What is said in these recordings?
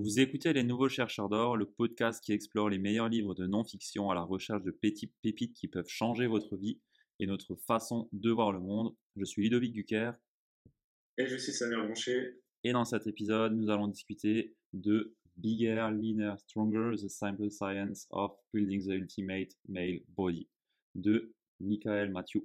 Vous écoutez Les Nouveaux Chercheurs d'Or, le podcast qui explore les meilleurs livres de non-fiction à la recherche de petites pépites qui peuvent changer votre vie et notre façon de voir le monde. Je suis Ludovic Duquer Et je suis Samir Blanchet. et dans cet épisode, nous allons discuter de Bigger, Leaner, Stronger, The Simple Science of Building the Ultimate Male Body de Michael Matthew.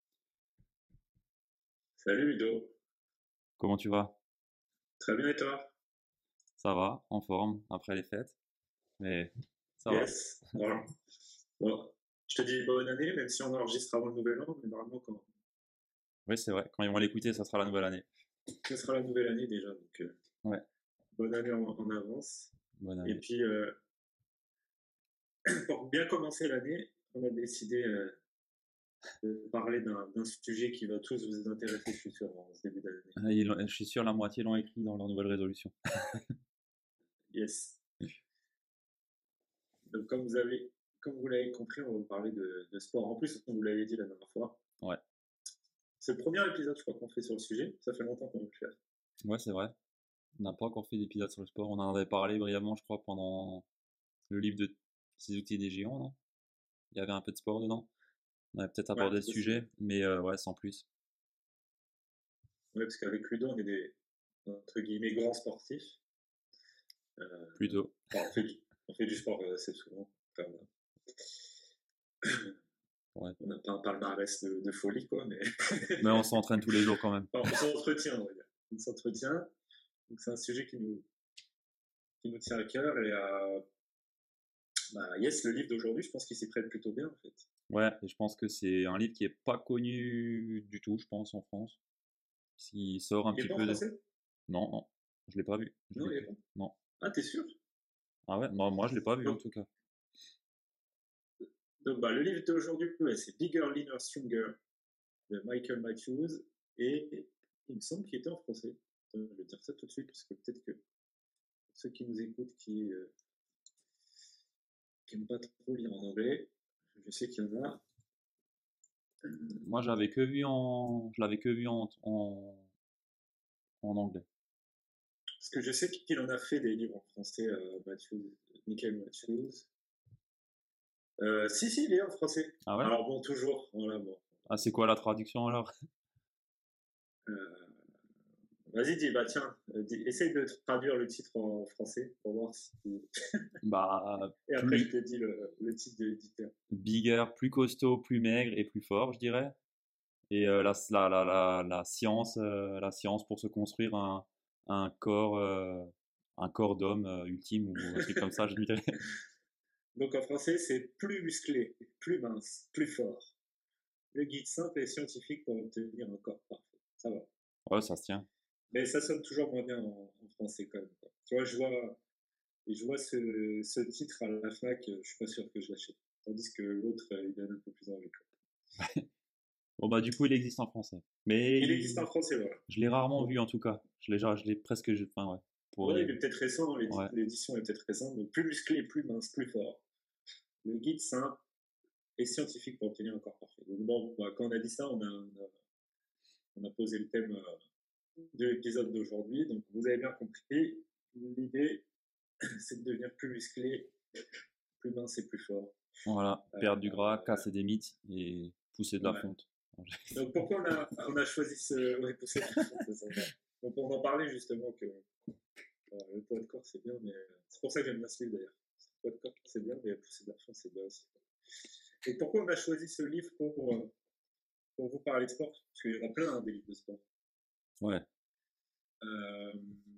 Salut Ludo. Comment tu vas? Très bien et toi? Ça va, en forme après les fêtes, mais ça va. Yes. Voilà. Bon, je te dis bonne année, même si on enregistre avant le nouvel an, mais normalement quand Oui, c'est vrai, quand ils vont l'écouter, ça sera la nouvelle année. ce sera la nouvelle année déjà, donc Ouais, bonne année en avance. bonne Et année. puis pour bien commencer l'année, on a décidé de parler d'un sujet qui va tous vous intéresser, je suis sûr, en ce début d'année. Je suis sûr la moitié l'ont écrit dans leur nouvelle résolution. Yes. Donc comme vous l'avez compris, on va vous parler de sport. En plus, on vous l'avait dit la dernière fois. Ouais, C'est le premier épisode, je crois, qu'on fait sur le sujet. Ça fait longtemps qu'on veut le faire. ouais, c'est vrai. On n'a pas encore fait d'épisode sur le sport. On en avait parlé brièvement, je crois, pendant le livre de Ces outils des géants, non? Il y avait un peu de sport dedans. On avait peut-être Ouais, abordé c'est ce possible. sujet, mais ouais, sans plus. Ouais, parce qu'avec Ludo, on est des, entre guillemets, grands sportifs. Euh, Plutôt. enfin, on fait du sport assez souvent. Enfin, Ouais. on n'a pas un palmarès de folie, quoi, mais Mais on s'entraîne tous les jours quand même. enfin, on s'entretient, on va dire. On s'entretient. Donc, c'est un sujet qui nous tient à cœur. Et bah, yes, le livre d'aujourd'hui, je pense qu'il s'y prête plutôt bien, en fait. Ouais, et je pense que c'est un livre qui est pas connu du tout, je pense, en France. S'il sort un Il est petit pas en peu de... français? Non, non, je l'ai pas vu. Je Non, l'ai il est que... pas. Non. Ah, t'es sûr? Ah ouais? Non, moi je l'ai pas vu en Donc, tout cas. bah, le livre d'aujourd'hui, ouais, c'est Bigger, Leaner, Stronger de Michael Matthews. Et il me semble qu'il était en français. Attends, je vais dire ça tout de suite, parce que peut-être que ceux qui nous écoutent qui n'aiment pas trop lire en anglais, je sais qu'il y en a. Moi j'avais que vu en... Je l'avais que vu en anglais. Parce que je sais qu'il en a fait des livres en français, Michael Matthews. Si, il est en français. Ah ouais? Alors bon, toujours, voilà, bon. Ah, c'est quoi la traduction alors? Euh, Vas-y, dis, bah tiens, essaye de traduire le titre en français pour voir si. Bah, Et après, je plus te dis le titre de l'éditeur. bigger, plus costaud, plus maigre et plus fort, je dirais. Et la science pour se construire un corps d'homme ultime ou un truc comme ça, je dirais. Donc en français, c'est plus musclé, plus mince, plus fort. Le guide simple et scientifique pour obtenir un corps parfait. Ça va. Ouais, ça se tient. Mais ça sonne toujours moins bien en français quand même, quoi. Tu vois, je vois ce titre à la fac, je suis pas sûr que je l'achète. Tandis que l'autre, il donne un peu plus envie, quoi. Bon, bah, du coup, il existe en français. Il existe en français, voilà. Je l'ai rarement Donc, vu en tout cas. Je l'ai presque, enfin, ouais. Pour ouais, les, il est peut-être récent, ouais. l'édition est peut-être récente. Donc, plus musclé, plus mince, plus fort. Le guide simple et scientifique pour obtenir un corps parfait. Donc, bon, bah, quand on a dit ça, on a posé le thème de l'épisode d'aujourd'hui. Donc, vous avez bien compris, l'idée, c'est de devenir plus musclé, plus mince et plus fort. Voilà. Perdre du gras, casser des mythes et pousser de la Ouais. fonte. Donc, pourquoi on a choisi ce. Ouais, pousser de la fonte, c'est sympa. Donc, on en parlait justement que le poids de corps, c'est bien, mais c'est pour ça que j'aime bien ce livre d'ailleurs. Le poids de corps, c'est bien, mais pousser de la fonte, c'est bien aussi. Et pourquoi on a choisi ce livre pour vous parler de sport? Parce qu'il y en a plein, hein, des livres de sport. Ouais. Euh,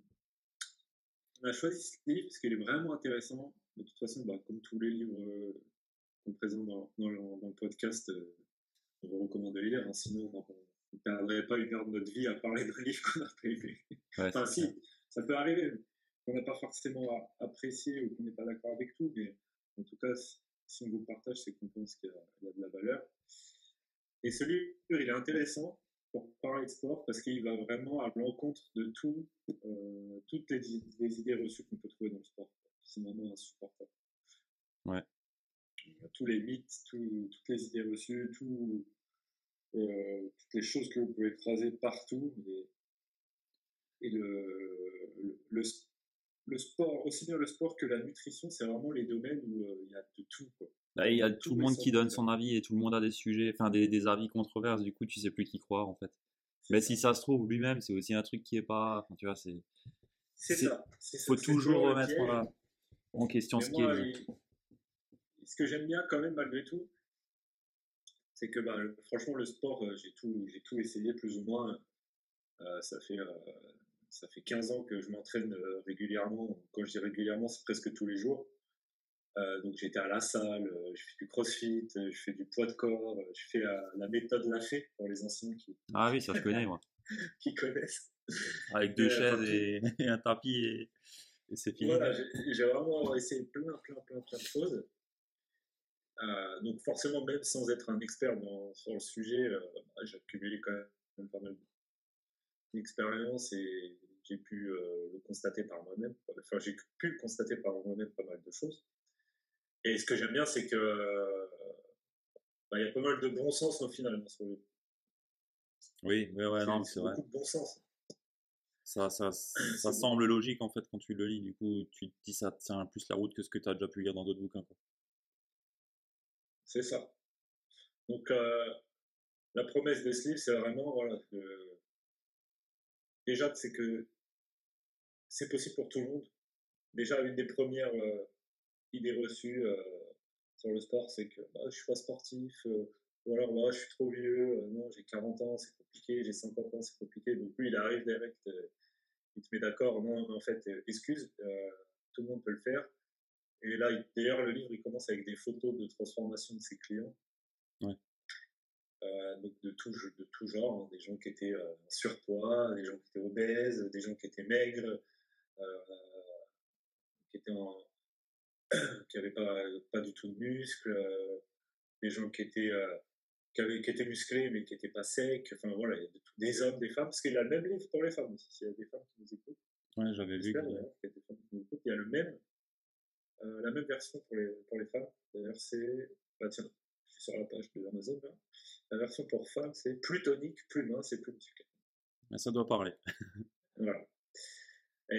on a choisi ce livre parce qu'il est vraiment intéressant. De toute façon, bah, comme tous les livres qu'on présente dans le podcast, on vous recommande de lire, hein, sinon on ne perdrait pas une heure de notre vie à parler d'un livre qu'on n'a pas aimé. Ouais, Enfin, c'est clair. si, ça peut arriver, qu'on n'a pas forcément apprécié ou qu'on n'est pas d'accord avec tout, mais en tout cas, si on vous le partage, c'est qu'on pense qu'il y a de la valeur. Et ce livre, il est intéressant pour parler de sport parce qu'il va vraiment à l'encontre de toutes les idées reçues qu'on peut trouver dans le sport. C'est vraiment insupportable. Ouais. Tous les mythes, toutes les idées reçues, toutes les choses que vous pouvez croiser partout. Et le le sport, aussi bien le sport que la nutrition, c'est vraiment les domaines où il y a de tout, quoi. Là, il y a tout Tout le est monde sans qui donne faire. son avis et tout le monde a des sujets, enfin des avis controverses, du coup tu sais plus qui croire en fait. C'est Mais si ça. ça se trouve, lui-même, c'est aussi un truc qui est pas. Enfin, tu vois, C'est c'est, ça. C'est ça. faut C'est toujours toujours le remettre piège. en question Mais ce qui est moi, dit. ce que j'aime bien quand même malgré tout, c'est que bah, franchement, le sport, j'ai tout essayé plus ou moins. Ça fait, ça fait 15 ans que je m'entraîne régulièrement. Quand je dis régulièrement, c'est presque tous les jours. Donc j'étais à la salle, je fais du crossfit, je fais du poids de corps, je fais la méthode Lafay pour les anciens Ah oui, ça je connais, moi. qui connaissent. Avec deux Mais, chaises enfin, et un tapis et c'est fini. voilà, j'ai vraiment essayé plein de choses. Donc forcément, même sans être un expert sur le sujet, j'ai accumulé quand même pas mal d'expérience et j'ai pu le constater par moi-même. Enfin, j'ai pu le constater par moi-même pas mal de choses. Et ce que j'aime bien, c'est que bah, il y a pas mal de bon sens au final sur le. Oui, ouais, ouais, non, mais c'est C'est vrai. beaucoup de bon sens. Ça C'est semble beaucoup. logique en fait quand tu le lis, du coup tu te dis ça tient plus la route que ce que tu as déjà pu lire dans d'autres bouquins, quoi. C'est ça. Donc la promesse de ce livre, c'est vraiment voilà, déjà c'est que c'est possible pour tout le monde. Déjà une des premières idées reçues sur le sport, c'est que bah, je suis pas sportif, ou alors bah, je suis trop vieux, non j'ai 40 ans, c'est compliqué, j'ai 50 ans, c'est compliqué. Donc lui, il arrive direct, il te met d'accord, non, en fait, excuse, tout le monde peut le faire. Et là, d'ailleurs, le livre, il commence avec des photos de transformation de ses clients, Ouais. donc de tout genre, hein, des gens qui étaient en surpoids, des gens qui étaient obèses, des gens qui étaient maigres, euh, qui étaient qui n'avaient pas du tout de muscles, des gens qui étaient musclés mais qui n'étaient pas secs, enfin voilà, il y a des hommes, des femmes, parce qu'il y a le même livre pour les femmes aussi, s'il y a des femmes qui nous écoutent, Ouais, j'avais vu j'espère d'ailleurs qu'il y a des femmes qui nous écoutent, il y a la même version pour les femmes, d'ailleurs c'est, bah tiens, je suis sur la page de Amazon là, la version pour femmes c'est plus tonique, plus mince et plus musclé. mais ça doit parler. Voilà. Et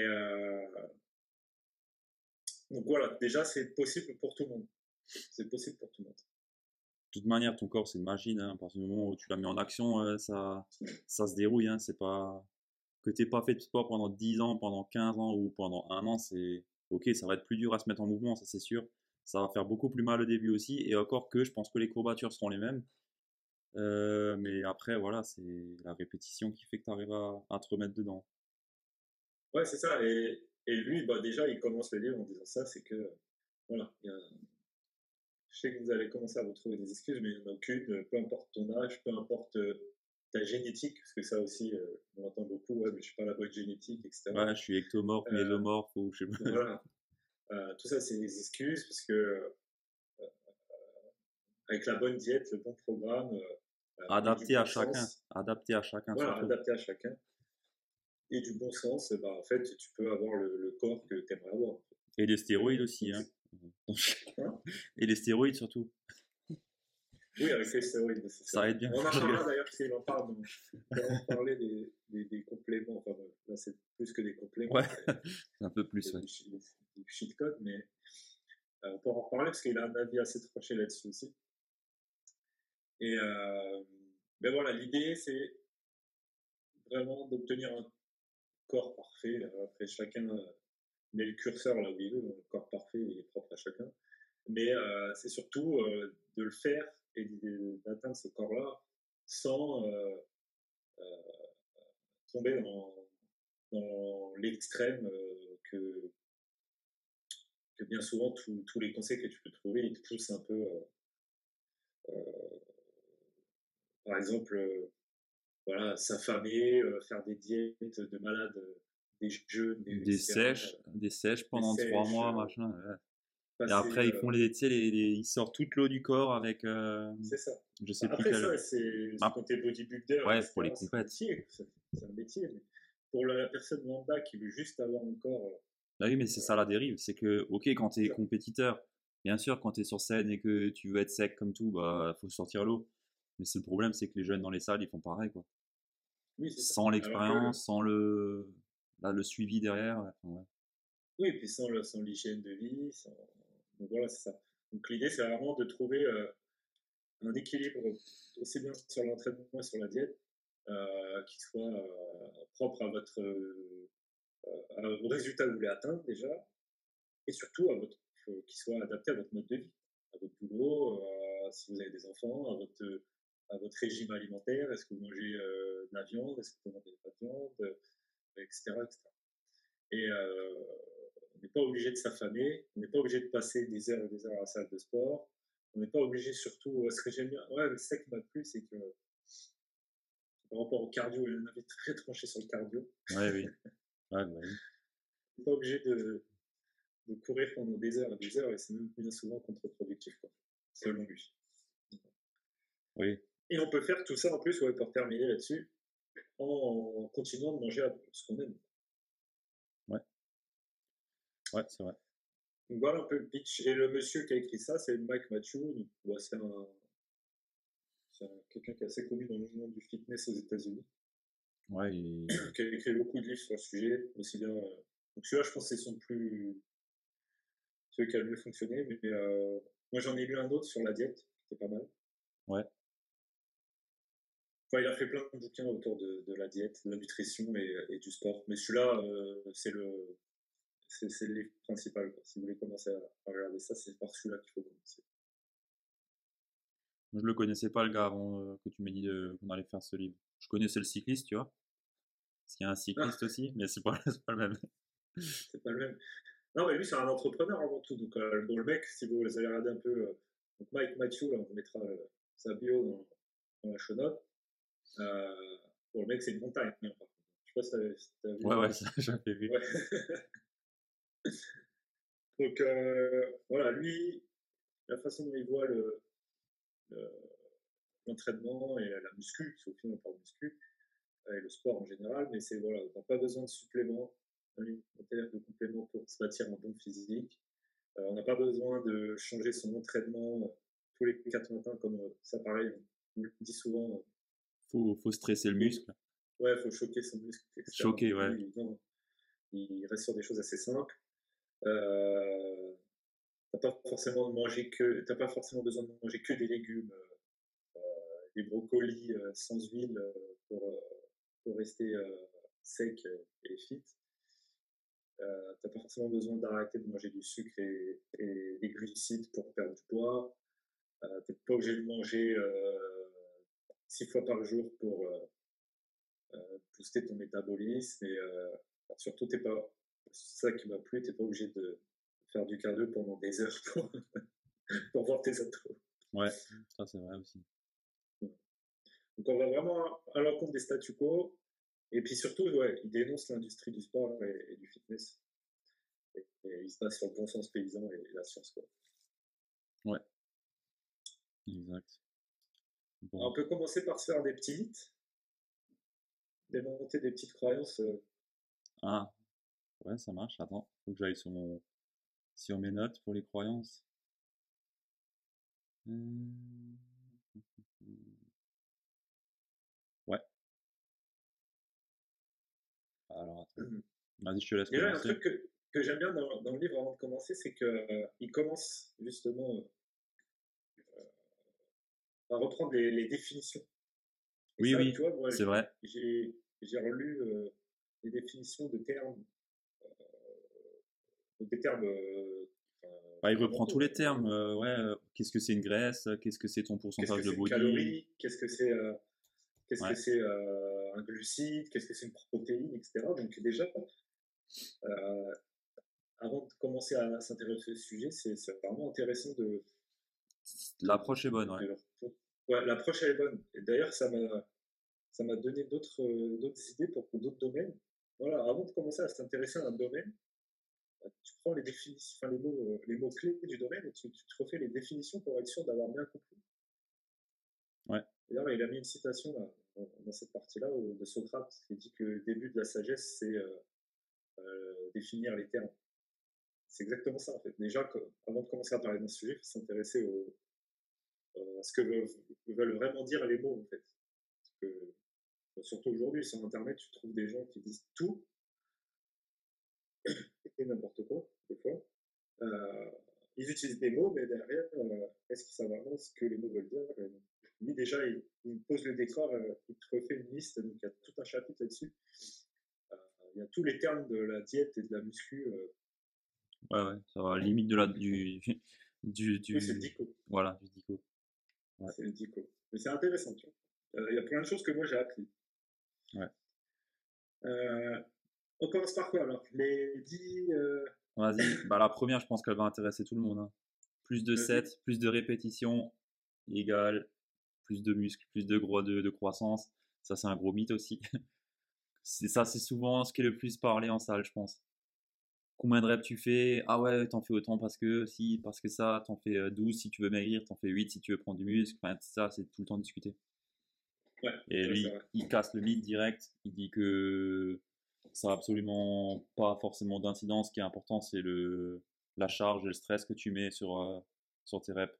donc voilà, déjà c'est possible pour tout le monde. C'est possible pour tout le monde. De toute manière, ton corps c'est une machine, hein. À partir du moment où tu l'as mis en action, ça se dérouille, hein. C'est pas que t'aies pas fait de sport pendant 10 ans, pendant 15 ans ou pendant un an, c'est ok, ça va être plus dur à se mettre en mouvement, ça c'est sûr. Ça va faire beaucoup plus mal au début aussi, et encore que je pense que les courbatures seront les mêmes. Mais après, voilà, c'est la répétition qui fait que tu arrives à te remettre dedans. Ouais, c'est ça. Et lui, bah, déjà, il commence le livre en disant ça, c'est que, voilà, je sais que vous allez commencer à vous trouver des excuses, mais il n'y en a aucune, peu importe ton âge, peu importe ta génétique, parce que ça aussi, on entend beaucoup, ouais, mais je suis pas la bonne génétique, etc. Ouais, je suis ectomorphe, Euh, mésomorphe, ou je sais pas. voilà. Tout ça, c'est des excuses, parce que avec la bonne diète, le bon programme et du bon sens, Adapté à chacun voilà, surtout. adapté à chacun, et du bon sens, bah, en fait, tu peux avoir le corps que tu aimerais avoir. Et les stéroïdes Donc, aussi, hein. hein. Et les stéroïdes surtout. Oui, avec les stéroïdes, Ça nécessairement. aide bien. On en Je rigole. parlera d'ailleurs, parce qu'il en parle. On va en parler des compléments. Enfin, bon, là, c'est plus que des Ouais, compléments, un peu plus, c'est ouais. du cheat code, mais on peut en reparler parce qu'il a un avis assez tranché là-dessus aussi. Et ben voilà, l'idée, c'est vraiment d'obtenir un corps parfait. Après, chacun met le curseur là où il veut. Le corps parfait, il est propre à chacun. Mais c'est surtout de le faire et d'atteindre ce corps-là sans tomber dans l'extrême que bien souvent tous les conseils que tu peux trouver, ils te poussent un peu, euh, par exemple, voilà, s'affamer, faire des diètes de malades, des jeûnes, etc., Des sèches des pendant 3 mois, sèches, machin. Ouais. Et passer, après, ils font tu sais, ils sortent toute l'eau du corps avec, c'est ça. je sais Bah, plus après quel. ça, c'est Ah, quand t'es bodybuilder, ouais, pour les etc., c'est un compètes. métier, c'est un métier. Mais pour la personne lambda qui veut juste avoir un corps, Bah oui, mais c'est ça la dérive. C'est que, ok, quand tu es ça. compétiteur, bien sûr, quand tu es sur scène et que tu veux être sec comme tout, bah, faut sortir l'eau. Mais c'est le problème, c'est que les jeunes dans les salles, ils font pareil, quoi. Oui, c'est ça. Sans Alors que l'expérience, sans le suivi derrière. Enfin, ouais. Oui, et puis sans l'hygiène de vie, donc voilà, c'est ça. Donc l'idée, c'est vraiment de trouver un équilibre aussi bien sur l'entraînement et sur la diète, qui soit propre à au résultat que vous voulez atteindre déjà, et surtout qui soit adapté à votre mode de vie, à votre boulot, si vous avez des enfants, à votre régime alimentaire. Est-ce que vous mangez de la viande, est-ce que vous ne mangez pas de viande, etc., etc. Et on n'est pas obligé de s'affamer, on n'est pas obligé de passer des heures et des heures à la salle de sport, on n'est pas obligé surtout, ce que j'aime bien, ouais, c'est ça qui m'a plu, c'est que par rapport au cardio, il y a un avis très tranché sur le cardio. Ouais, oui. Ouais, bah oui. On n'est pas obligé de courir pendant des heures, et c'est même bien souvent contre-productif, quoi, selon lui. Oui, Et on peut faire tout ça en plus, ouais, pour terminer là-dessus, en continuant de manger ce qu'on aime. ouais, ouais, c'est vrai. Donc voilà un peu le pitch. Et le monsieur qui a écrit ça, c'est Mike Matthew. Donc, ouais, quelqu'un qui est assez connu dans le monde du fitness aux États-Unis, Ouais, qui a écrit beaucoup de livres sur le sujet, aussi bien. Donc celui-là, je pense que c'est celui qui a le mieux fonctionné. Mais moi, j'en ai lu un autre sur la diète, qui était pas mal. ouais. Enfin, il a fait plein de bouquins autour de la diète, de la nutrition et du sport. Mais celui-là, c'est le livre principal, quoi. Si vous voulez commencer à regarder ça, c'est par celui-là qu'il faut commencer. Moi, je le connaissais pas, le gars, avant que tu m'aies dit qu'on allait faire ce livre. Je connaissais le cycliste, tu vois. Parce qu'il y a un Ah, cycliste aussi, mais c'est pas, c'est pas le même. c'est pas le même. Non, mais lui, c'est un entrepreneur avant tout. Donc, bon, le mec, si vous allez regarder un peu, donc Mike Matthew, là, on mettra sa bio dans la show note. Euh, bon, le mec, c'est une montagne, hein, par contre. Je sais pas si t'as vu. Ouais, ouais, ça, j'avais vu. Ouais. Donc, voilà, lui, la façon dont il voit le- l'entraînement et la muscu, parce qu'au final, on parle de muscu, et le sport en général, mais c'est, voilà, on n'a pas besoin de suppléments alimentaires, de compléments pour se bâtir un bon physique. On n'a pas besoin de changer son entraînement tous les 4 matins, comme ça, pareil, on le dit souvent. Faut stresser le muscle. Ouais, il faut choquer son muscle, etc. Choqué, ouais. Lui, non, il reste sur des choses assez simples. Euh, t'as pas forcément besoin de manger que des légumes, des brocolis sans huile pour rester sec et fit. T'as pas forcément besoin d'arrêter de manger du sucre et des glucides pour perdre du poids. T'es pas obligé de manger 6 fois par jour pour booster ton métabolisme. Et surtout, t'es pas, c'est ça qui m'a plu, t'es pas obligé de faire du cardio pendant des heures pour voir tes abdos. Ouais, ça c'est vrai aussi. Donc on va vraiment à l'encontre des statu quo. Et puis surtout, ouais, il dénonce l'industrie du sport et du fitness. Et il se base sur le bon sens paysan et la science, quoi. Ouais, exact. Alors, Bon. on peut commencer par se faire des petits mythes, démonter des petites croyances. Ah, ouais, ça marche. Attends, faut que j'aille sur mes notes pour les croyances. Euh, Ouais, alors attends. Vas-y, je te laisse Déjà, il y a un commencer. truc que j'aime bien dans le livre avant de commencer, c'est qu'il commence justement à reprendre les définitions. Et Oui, ça, oui, tu vois, moi, c'est vrai. j'ai relu les définitions de termes, des termes Bah, il reprend tous fondamentaux, les hein. termes. Ouais, qu'est-ce que c'est une graisse? Qu'est-ce que c'est ton Qu'est-ce pourcentage que de c'est une body? calorie? Qu'est-ce que Ouais, c'est un glucide? Qu'est-ce que c'est une protéine, etc. Donc déjà, euh, avant de commencer à s'intéresser au sujet, c'est vraiment intéressant l'approche est bonne, ouais. de leur... Ouais, l'approche elle est bonne. Et d'ailleurs, ça m'a donné d'autres idées pour d'autres domaines. Voilà, avant de commencer à s'intéresser à un domaine, tu prends les définitions, enfin les mots clés du domaine et tu te refais les définitions pour être sûr d'avoir bien compris. Ouais, D'ailleurs, il a mis une citation là, dans cette partie-là de Socrate qui dit que le début de la sagesse, c'est définir les termes. C'est exactement ça en fait. Déjà, avant de commencer à parler d'un sujet, il faut s'intéresser à ce que veulent vraiment dire les mots en fait. Parce que, surtout aujourd'hui, sur Internet, tu trouves des gens qui disent tout n'importe quoi, des fois. Euh, Ils utilisent des mots, mais derrière, est-ce qu'ils savent vraiment ce que les mots veulent dire? Lui, déjà, il pose le décor, il te refait une liste, donc il y a tout un chapitre là-dessus. Euh, il y a tous les termes de la diète et de la muscu. Ouais, ouais, ça va, limite de la, Oui, c'est le dico. voilà, du dico. Ouais, C'est le dico. Mais c'est intéressant, tu vois. Il y a plein de choses que moi j'ai appris. ouais. Euh, on commence par quoi alors? Les 10. Vas-y, bah la première, je pense qu'elle va intéresser tout le monde, hein. Plus de Vas-y. sets, plus de répétitions, égale plus de muscles, plus de gros de croissance. Ça, c'est un gros mythe aussi. C'est ça, c'est souvent ce qui est le plus parlé en salle, je pense. Combien de reps tu fais? Ah ouais, t'en fais autant parce que si, parce que ça, t'en fais 12 si tu veux maigrir, t'en fais 8 si tu veux prendre du muscle. Enfin, ça, c'est tout le temps discuté. Ouais, Et ouais, c'est lui, vrai. il casse le mythe direct. Il dit que ça n'a absolument pas forcément d'incidence. Ce qui est important, c'est la charge et le stress que tu mets sur tes reps.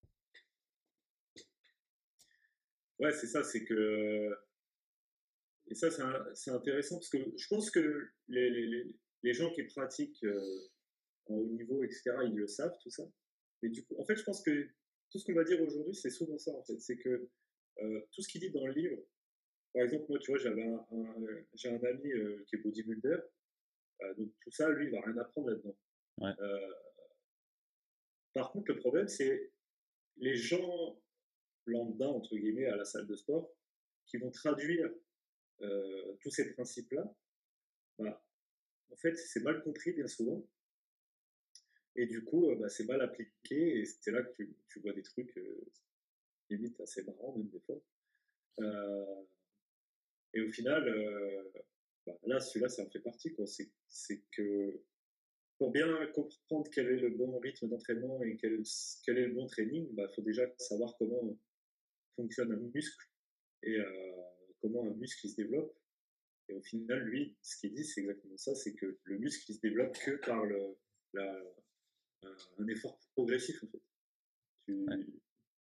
Ouais, c'est ça, c'est que. Et ça, c'est intéressant parce que je pense que les gens qui pratiquent en haut niveau, etc., ils le savent, tout ça. Mais du coup, en fait, je pense que tout ce qu'on va dire aujourd'hui, c'est souvent ça, en fait. C'est que tout ce qu'il dit dans le livre, par exemple, moi, tu vois, j'ai un ami qui est bodybuilder, donc tout ça, lui, il va rien apprendre là-dedans. Ouais, Euh, Par contre, le problème, c'est les gens lambda, entre guillemets, à la salle de sport, qui vont traduire tous ces principes-là, bah, en fait, c'est mal compris bien souvent. Et du coup, bah, c'est mal appliqué. Et c'est là que tu vois des trucs limite assez marrants, même des fois. Euh, et au final, bah, là, celui-là, ça en fait partie, quoi. C'est que pour bien comprendre quel est le bon rythme d'entraînement et quel est le bon training, il bah, faut déjà savoir comment fonctionne un muscle et comment un muscle il se développe. Et au final, lui, ce qu'il dit, c'est exactement ça, c'est que le muscle il se développe que par la, un effort progressif en fait. ouais, Tu,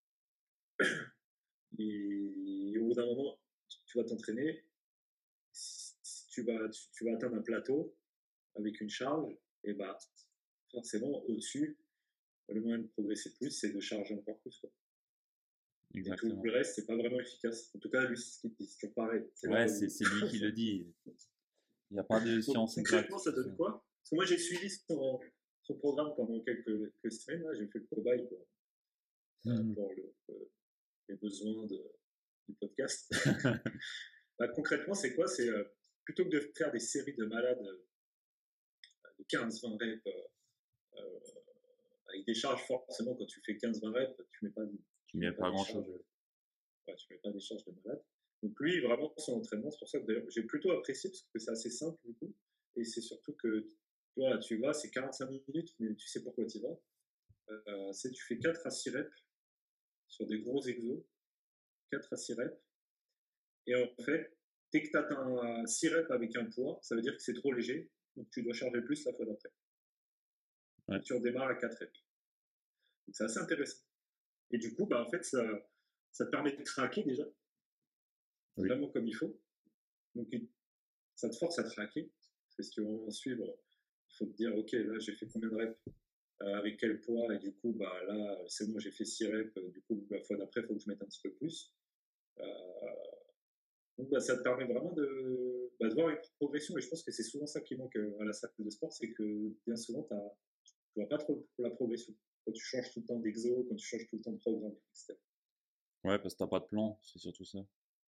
et au bout d'un moment, tu vas t'entraîner, si tu vas atteindre un plateau avec une charge, et bah forcément au-dessus, le moyen de progresser plus, c'est de charger encore plus. Quoi. Et tout exactement. le reste, c'est pas vraiment efficace. En tout cas, lui, c'est ce qu'il dit, c'est toujours pareil. C'est là Ouais, où. c'est lui qui le dit. Il n'y a pas de Donc, science exacte concrètement, ça sur ça. donne quoi? Parce que moi, j'ai suivi son programme pendant quelques semaines. Là, j'ai fait le cobaye pour les besoins du podcast. Bah, concrètement, c'est quoi? C'est plutôt que de faire des séries de malades de 15-20 reps euh, avec des charges, forcément, quand tu fais 15-20 reps, Tu tu mets mets pas pas des grand-chose. charges, ouais, tu mets pas des charges de malade. Donc lui, vraiment, son entraînement, c'est pour ça que d'ailleurs, j'ai plutôt apprécié parce que c'est assez simple du coup. Et c'est surtout que toi, tu vas, c'est 45 minutes, mais tu sais pourquoi tu vas. Tu fais 4 à 6 reps sur des gros exos, 4 à 6 reps. Et en fait, dès que tu atteins 6 reps avec un poids, ça veut dire que c'est trop léger, donc tu dois charger plus la fois d'après. Ouais, Donc tu redémarres à 4 reps. Donc c'est assez intéressant. Et du coup, bah, en fait, ça te permet de craquer déjà, oui. vraiment comme il faut. Donc ça te force à traquer. Parce que si tu veux en suivre, il faut te dire, ok, là j'ai fait combien de reps, avec quel poids, et du coup, bah, là, c'est bon, j'ai fait 6 reps, du coup, la fois d'après, il faut que je mette un petit peu plus. Euh, donc, bah, ça te permet vraiment de voir une progression, et je pense que c'est souvent ça qui manque à la salle de sport, c'est que bien souvent, tu vois pas trop la progression. Quand tu changes tout le temps d'exo, quand tu changes tout le temps de programme, etc. Ouais, parce que t'as pas de plan, c'est surtout ça.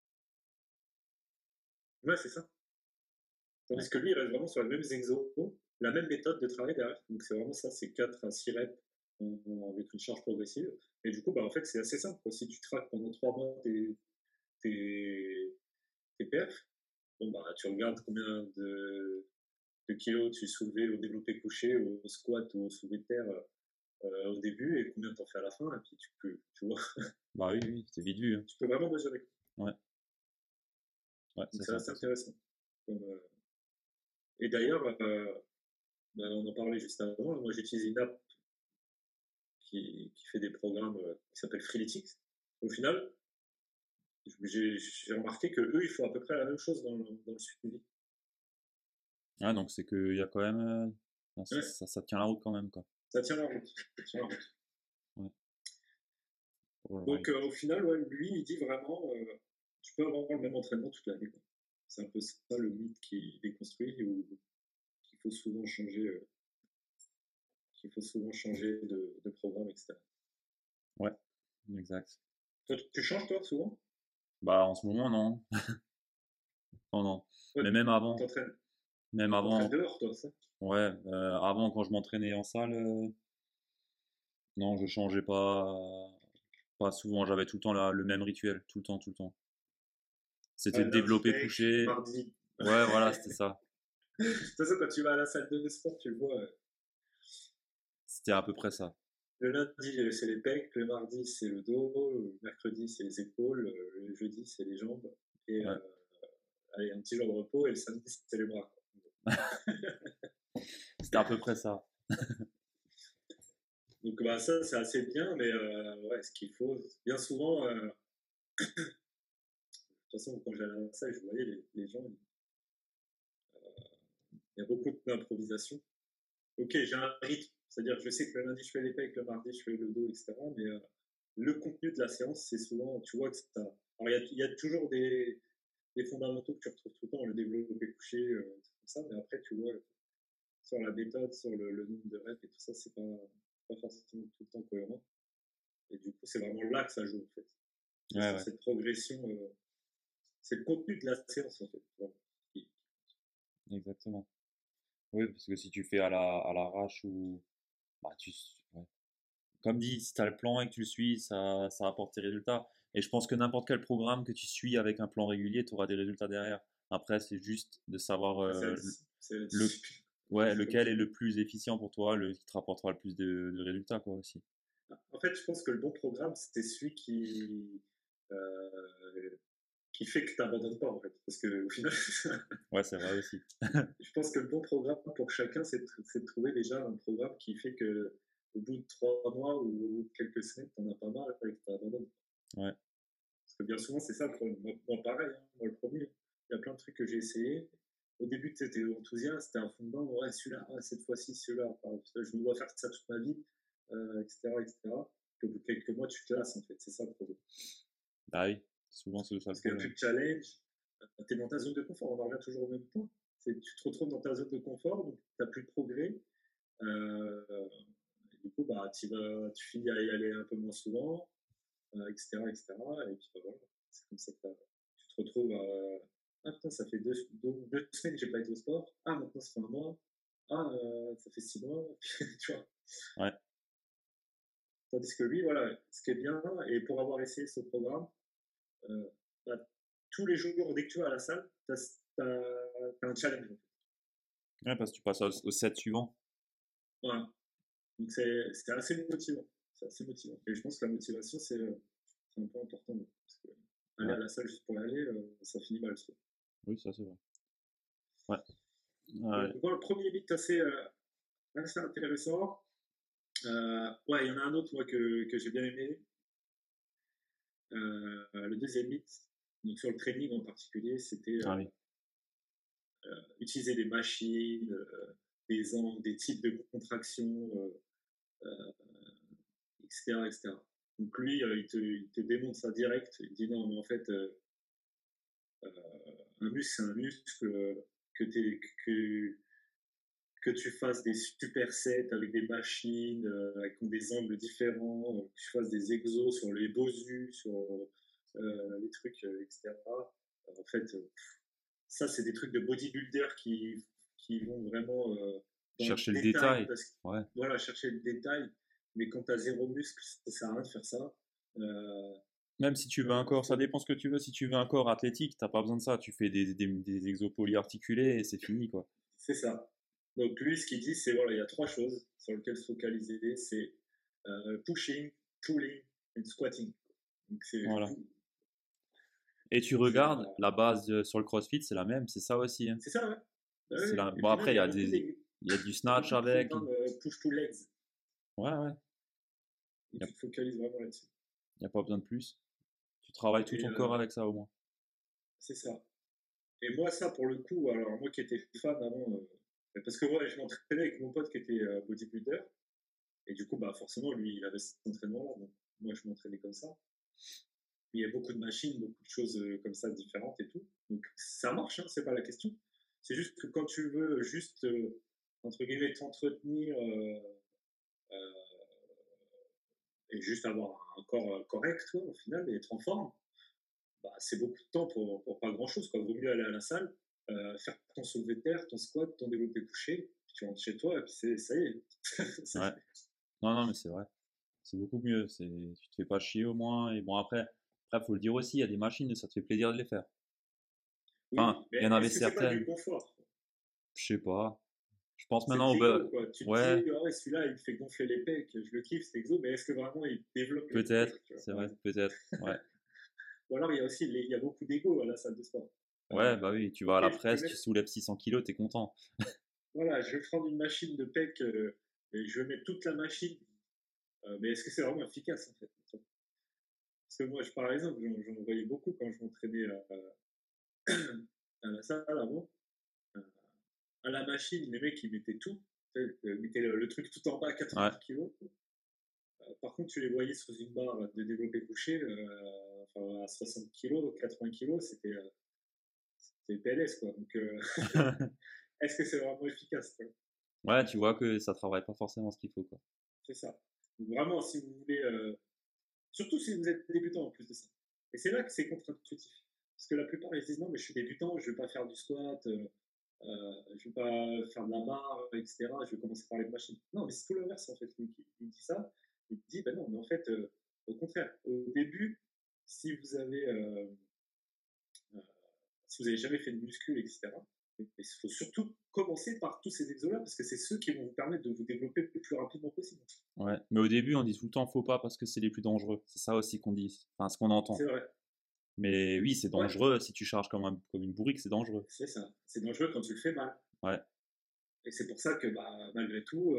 Ouais, c'est ça. Ouais, Tandis que lui, il reste vraiment sur les mêmes exos, la même méthode de travail derrière. Donc c'est vraiment ça, c'est 4 à 6 reps avec une charge progressive. Et du coup, bah, en fait, c'est assez simple. Si tu traques pendant 3 mois tes, tes perfs, bon, bah, tu regardes combien de kilos tu soulevais au développé couché, au squat ou au soulevé de terre au début et combien tu en fais à la fin. Et puis tu vois, bah oui, oui, c'est vite vu, hein. tu peux vraiment mesurer. Ouais, ouais, Donc ça c'est c'est assez intéressant. intéressant. Et d'ailleurs, bah, on en parlait juste avant, moi j'utilise une app qui fait des programmes qui s'appellent Freeletics. Au final, j'ai remarqué que eux, ils font à peu près la même chose dans le suivi. Ah, donc c'est qu'il y a quand même Non, Ouais, ça tient la route quand même, quoi. ça tient la route. Ça tient la route. Ouais. Alright. Donc, au final, ouais, lui, il dit vraiment, tu peux avoir le même entraînement toute l'année, quoi. C'est un peu ça le mythe qui est déconstruit, ou qu'il faut souvent changer, de programme, etc. Ouais, exact. Toi, tu changes, toi, souvent? Bah, en ce moment, non. Non, non. Ouais, Mais même avant, t'entraînes, même t'entraînes avant, dehors, toi, ça? ouais, avant quand je m'entraînais en salle, non, je changeais pas souvent. J'avais tout le temps le même rituel, tout le temps, tout le temps. C'était Lundi développé, pec, couché. mardi. Ouais, voilà, c'était ça. De toute façon, quand tu vas à la salle de sport, tu le vois. C'était à peu près ça. Le lundi, c'est les pecs, le mardi, c'est le dos, le mercredi, c'est les épaules, le jeudi, c'est les jambes, et Ouais. allez, un petit jour de repos, et le samedi, c'est les bras, quoi. C'était à peu près ça. Donc, bah, ça, c'est assez bien, mais ouais, ce qu'il faut, bien souvent, de toute façon, quand j'allais à la salle, je voyais les gens, il y a beaucoup d'improvisation. Ok, j'ai un rythme, c'est-à-dire je sais que le lundi, je fais les pecs, le mardi, je fais le dos, etc. Mais le contenu de la séance, c'est souvent, tu vois que ça. Alors, il y a toujours des fondamentaux que tu retrouves tout le temps, le développé couché, comme ça, mais après, tu vois, sur la méthode, sur le nombre de reps et tout ça, c'est pas forcément tout le temps cohérent. Et du coup, c'est vraiment là que ça joue, en fait. C'est Ouais, sur ouais, cette progression, c'est le contenu de la séance, en fait. Voilà. exactement. Oui, parce que si tu fais à l'arrache ou, bah, ouais. Comme dit, si tu as le plan et que tu le suis, ça apporte tes résultats. Et je pense que n'importe quel programme que tu suis avec un plan régulier, tu auras des résultats derrière. Après, c'est juste de savoir C'est la le, discipline. ouais, lequel est le plus efficient pour toi, le qui te rapportera le plus de résultats, quoi, aussi. En fait, je pense que le bon programme, c'était celui qui fait que tu n'abandonnes pas, en fait. Parce qu'au final, Ouais, c'est vrai aussi. je pense que le bon programme pour chacun, c'est de trouver déjà un programme qui fait que au bout de 3 mois ou au bout de quelques semaines, tu en as pas marre et que tu abandonnes. Ouais, Parce que bien souvent, c'est ça le problème. Moi, pareil, hein, moi, le premier, il y a plein de trucs que j'ai essayé. Au début, tu étais enthousiaste, c'était un fond dedans, ouais, celui-là, ouais, cette fois-ci, celui-là, enfin, je me dois faire ça toute ma vie, etc., etc. Puis au bout de quelques mois, tu te lasses, en fait, c'est ça le problème. bah oui, souvent c'est ça le Parce qu'il n'y a plus problème. de challenge, tu es dans ta zone de confort, on en revient toujours au même point. Tu te retrouves dans ta zone de confort, donc tu n'as plus de progrès. Euh, et du coup, bah, tu finis à y aller un peu moins souvent, etc., etc. Et puis bah, voilà, c'est comme ça que tu te retrouves à. Ah putain, ça fait deux semaines que j'ai pas été au sport. Ah, maintenant ça fait un mois. Ah, ça fait 6 mois. Tu vois. Ouais, Tandis que lui, voilà, ce qui est bien, et pour avoir essayé ce programme, euh, bah, tous les jours, dès que tu vas à la salle, tu as, un challenge. ouais, parce que tu passes au set suivant. Voilà. Donc c'est assez motivant. C'est assez motivant. Et je pense que la motivation, c'est un point important. Parce que aller Ouais, à la salle juste pour y aller, ça finit mal. Ça. oui, ça c'est vrai. Ouais, Donc ouais, voilà, le premier mythe assez intéressant. Ouais, il y en a un autre moi, que j'ai bien aimé. Le deuxième mythe, donc sur le training en particulier, c'était ah oui. utiliser des machines, des angles, des types de contractions, euh, etc., etc. Donc lui, il te démontre ça direct. Il dit non, mais en fait, un muscle, c'est un muscle, que, que, que tu fasses des supersets avec des machines, avec des angles différents, que tu fasses des exos sur les bosus, sur les trucs, etc. En fait, ça, c'est des trucs de bodybuilder qui vont vraiment dans le Chercher le détail, détail. parce que, Ouais. voilà, chercher le détail. Mais quand tu as zéro muscle, ça sert à rien de faire ça. Euh, Même si tu veux un corps, ça dépend ce que tu veux. Si tu veux un corps athlétique, t'as pas besoin de ça. Tu fais des exos polyarticulés et c'est fini, quoi. C'est ça. Donc lui, ce qu'il dit, c'est voilà, il y a 3 choses sur lesquelles se focaliser, c'est pushing, pulling et squatting. Donc Voilà. Et tu c'est regardes, la base sur le CrossFit, c'est la même, c'est ça aussi, hein. c'est ça, ouais. C'est Ouais. la... Et Bon, puis après, même, il y a du il y a snatch beaucoup de avec. programmes push-pull legs, Ouais, ouais. où Il tu te focalises vraiment là-dessus. y a pas besoin de plus. Tu travailles tout Et ton corps avec ça, au moins. c'est ça. Et moi, ça, pour le coup, alors moi qui étais fan avant, Parce que ouais, je m'entraînais avec mon pote qui était bodybuilder. Et du coup, bah, forcément, lui, il avait cet entraînement-là. Donc, moi, je m'entraînais comme ça. Il y a beaucoup de machines, beaucoup de choses comme ça différentes et tout. Donc, ça marche, hein, c'est pas la question. C'est juste que quand tu veux juste, entre guillemets, t'entretenir et juste avoir un corps correct, toi, au final, et être en forme, bah, c'est beaucoup de temps pour pas grand-chose, quoi. Vaut mieux aller à la salle, faire ton soulevé de terre, ton squat, ton développé couché, puis tu rentres chez toi, et puis ça y est. Ouais. Non, non, mais c'est vrai. C'est beaucoup mieux. Tu te fais pas chier au moins. Et bon, après, faut le dire aussi, il y a des machines, ça te fait plaisir de les faire. Oui, Enfin, il y mais en avait est-ce que c'est pas certaines, du confort? je sais pas. Je pense C'est maintenant de au l'ego, quoi. Tu te ouais, dis, ah ouais, celui-là, il me fait gonfler les pecs, je le kiffe, cet exo, mais est-ce que vraiment il développe les peut-être, pecs, tu vois, c'est par vrai, exemple. peut-être, ouais. Ou alors, il y a aussi, il y a beaucoup d'ego à la salle de sport. Ouais, bah oui, tu vas à Ok, la je vais presse, tu mettre, soulèves 600 kilos, t'es content. voilà, je vais prendre une machine de pecs et je vais mettre toute la machine. Mais est-ce que c'est vraiment efficace, en fait? Parce que moi, par exemple, j'en voyais beaucoup quand je m'entraînais à la salle avant. Euh, À la machine, les mecs, ils mettaient tout. Ils mettaient le truc tout en bas à Ouais, 90 kilos. Par contre, tu les voyais sous une barre de développé couché, enfin, à 60 kilos, 80 kilos, c'était PLS, quoi. Donc, est-ce que c'est vraiment efficace, quoi? ouais, tu vois que ça travaille pas forcément ce qu'il faut, quoi. C'est ça. Donc, vraiment, si vous voulez, surtout si vous êtes débutant en plus de ça. Et c'est là que c'est contre-intuitif. Parce que la plupart, ils se disent non, mais je suis débutant, je ne vais pas faire du squat, je ne vais pas faire de la barre, etc. Je vais commencer par les machines. Non, mais c'est tout l'inverse, en fait. Il dit ça. Il dit, ben non, mais en fait, au contraire, au début, si vous avez, euh, si vous n'avez jamais fait de muscu, etc., il faut surtout commencer par tous ces exos-là, parce que c'est ceux qui vont vous permettre de vous développer le plus rapidement possible. Ouais, mais au début, on dit tout le temps faut pas parce que c'est les plus dangereux. C'est ça aussi qu'on dit, enfin, ce qu'on C'est entend. vrai. Mais oui, c'est Ouais, dangereux. Si tu charges comme une bourrique, c'est dangereux. c'est ça. C'est dangereux quand tu le fais mal. Ouais. Et c'est pour ça que, bah, malgré tout,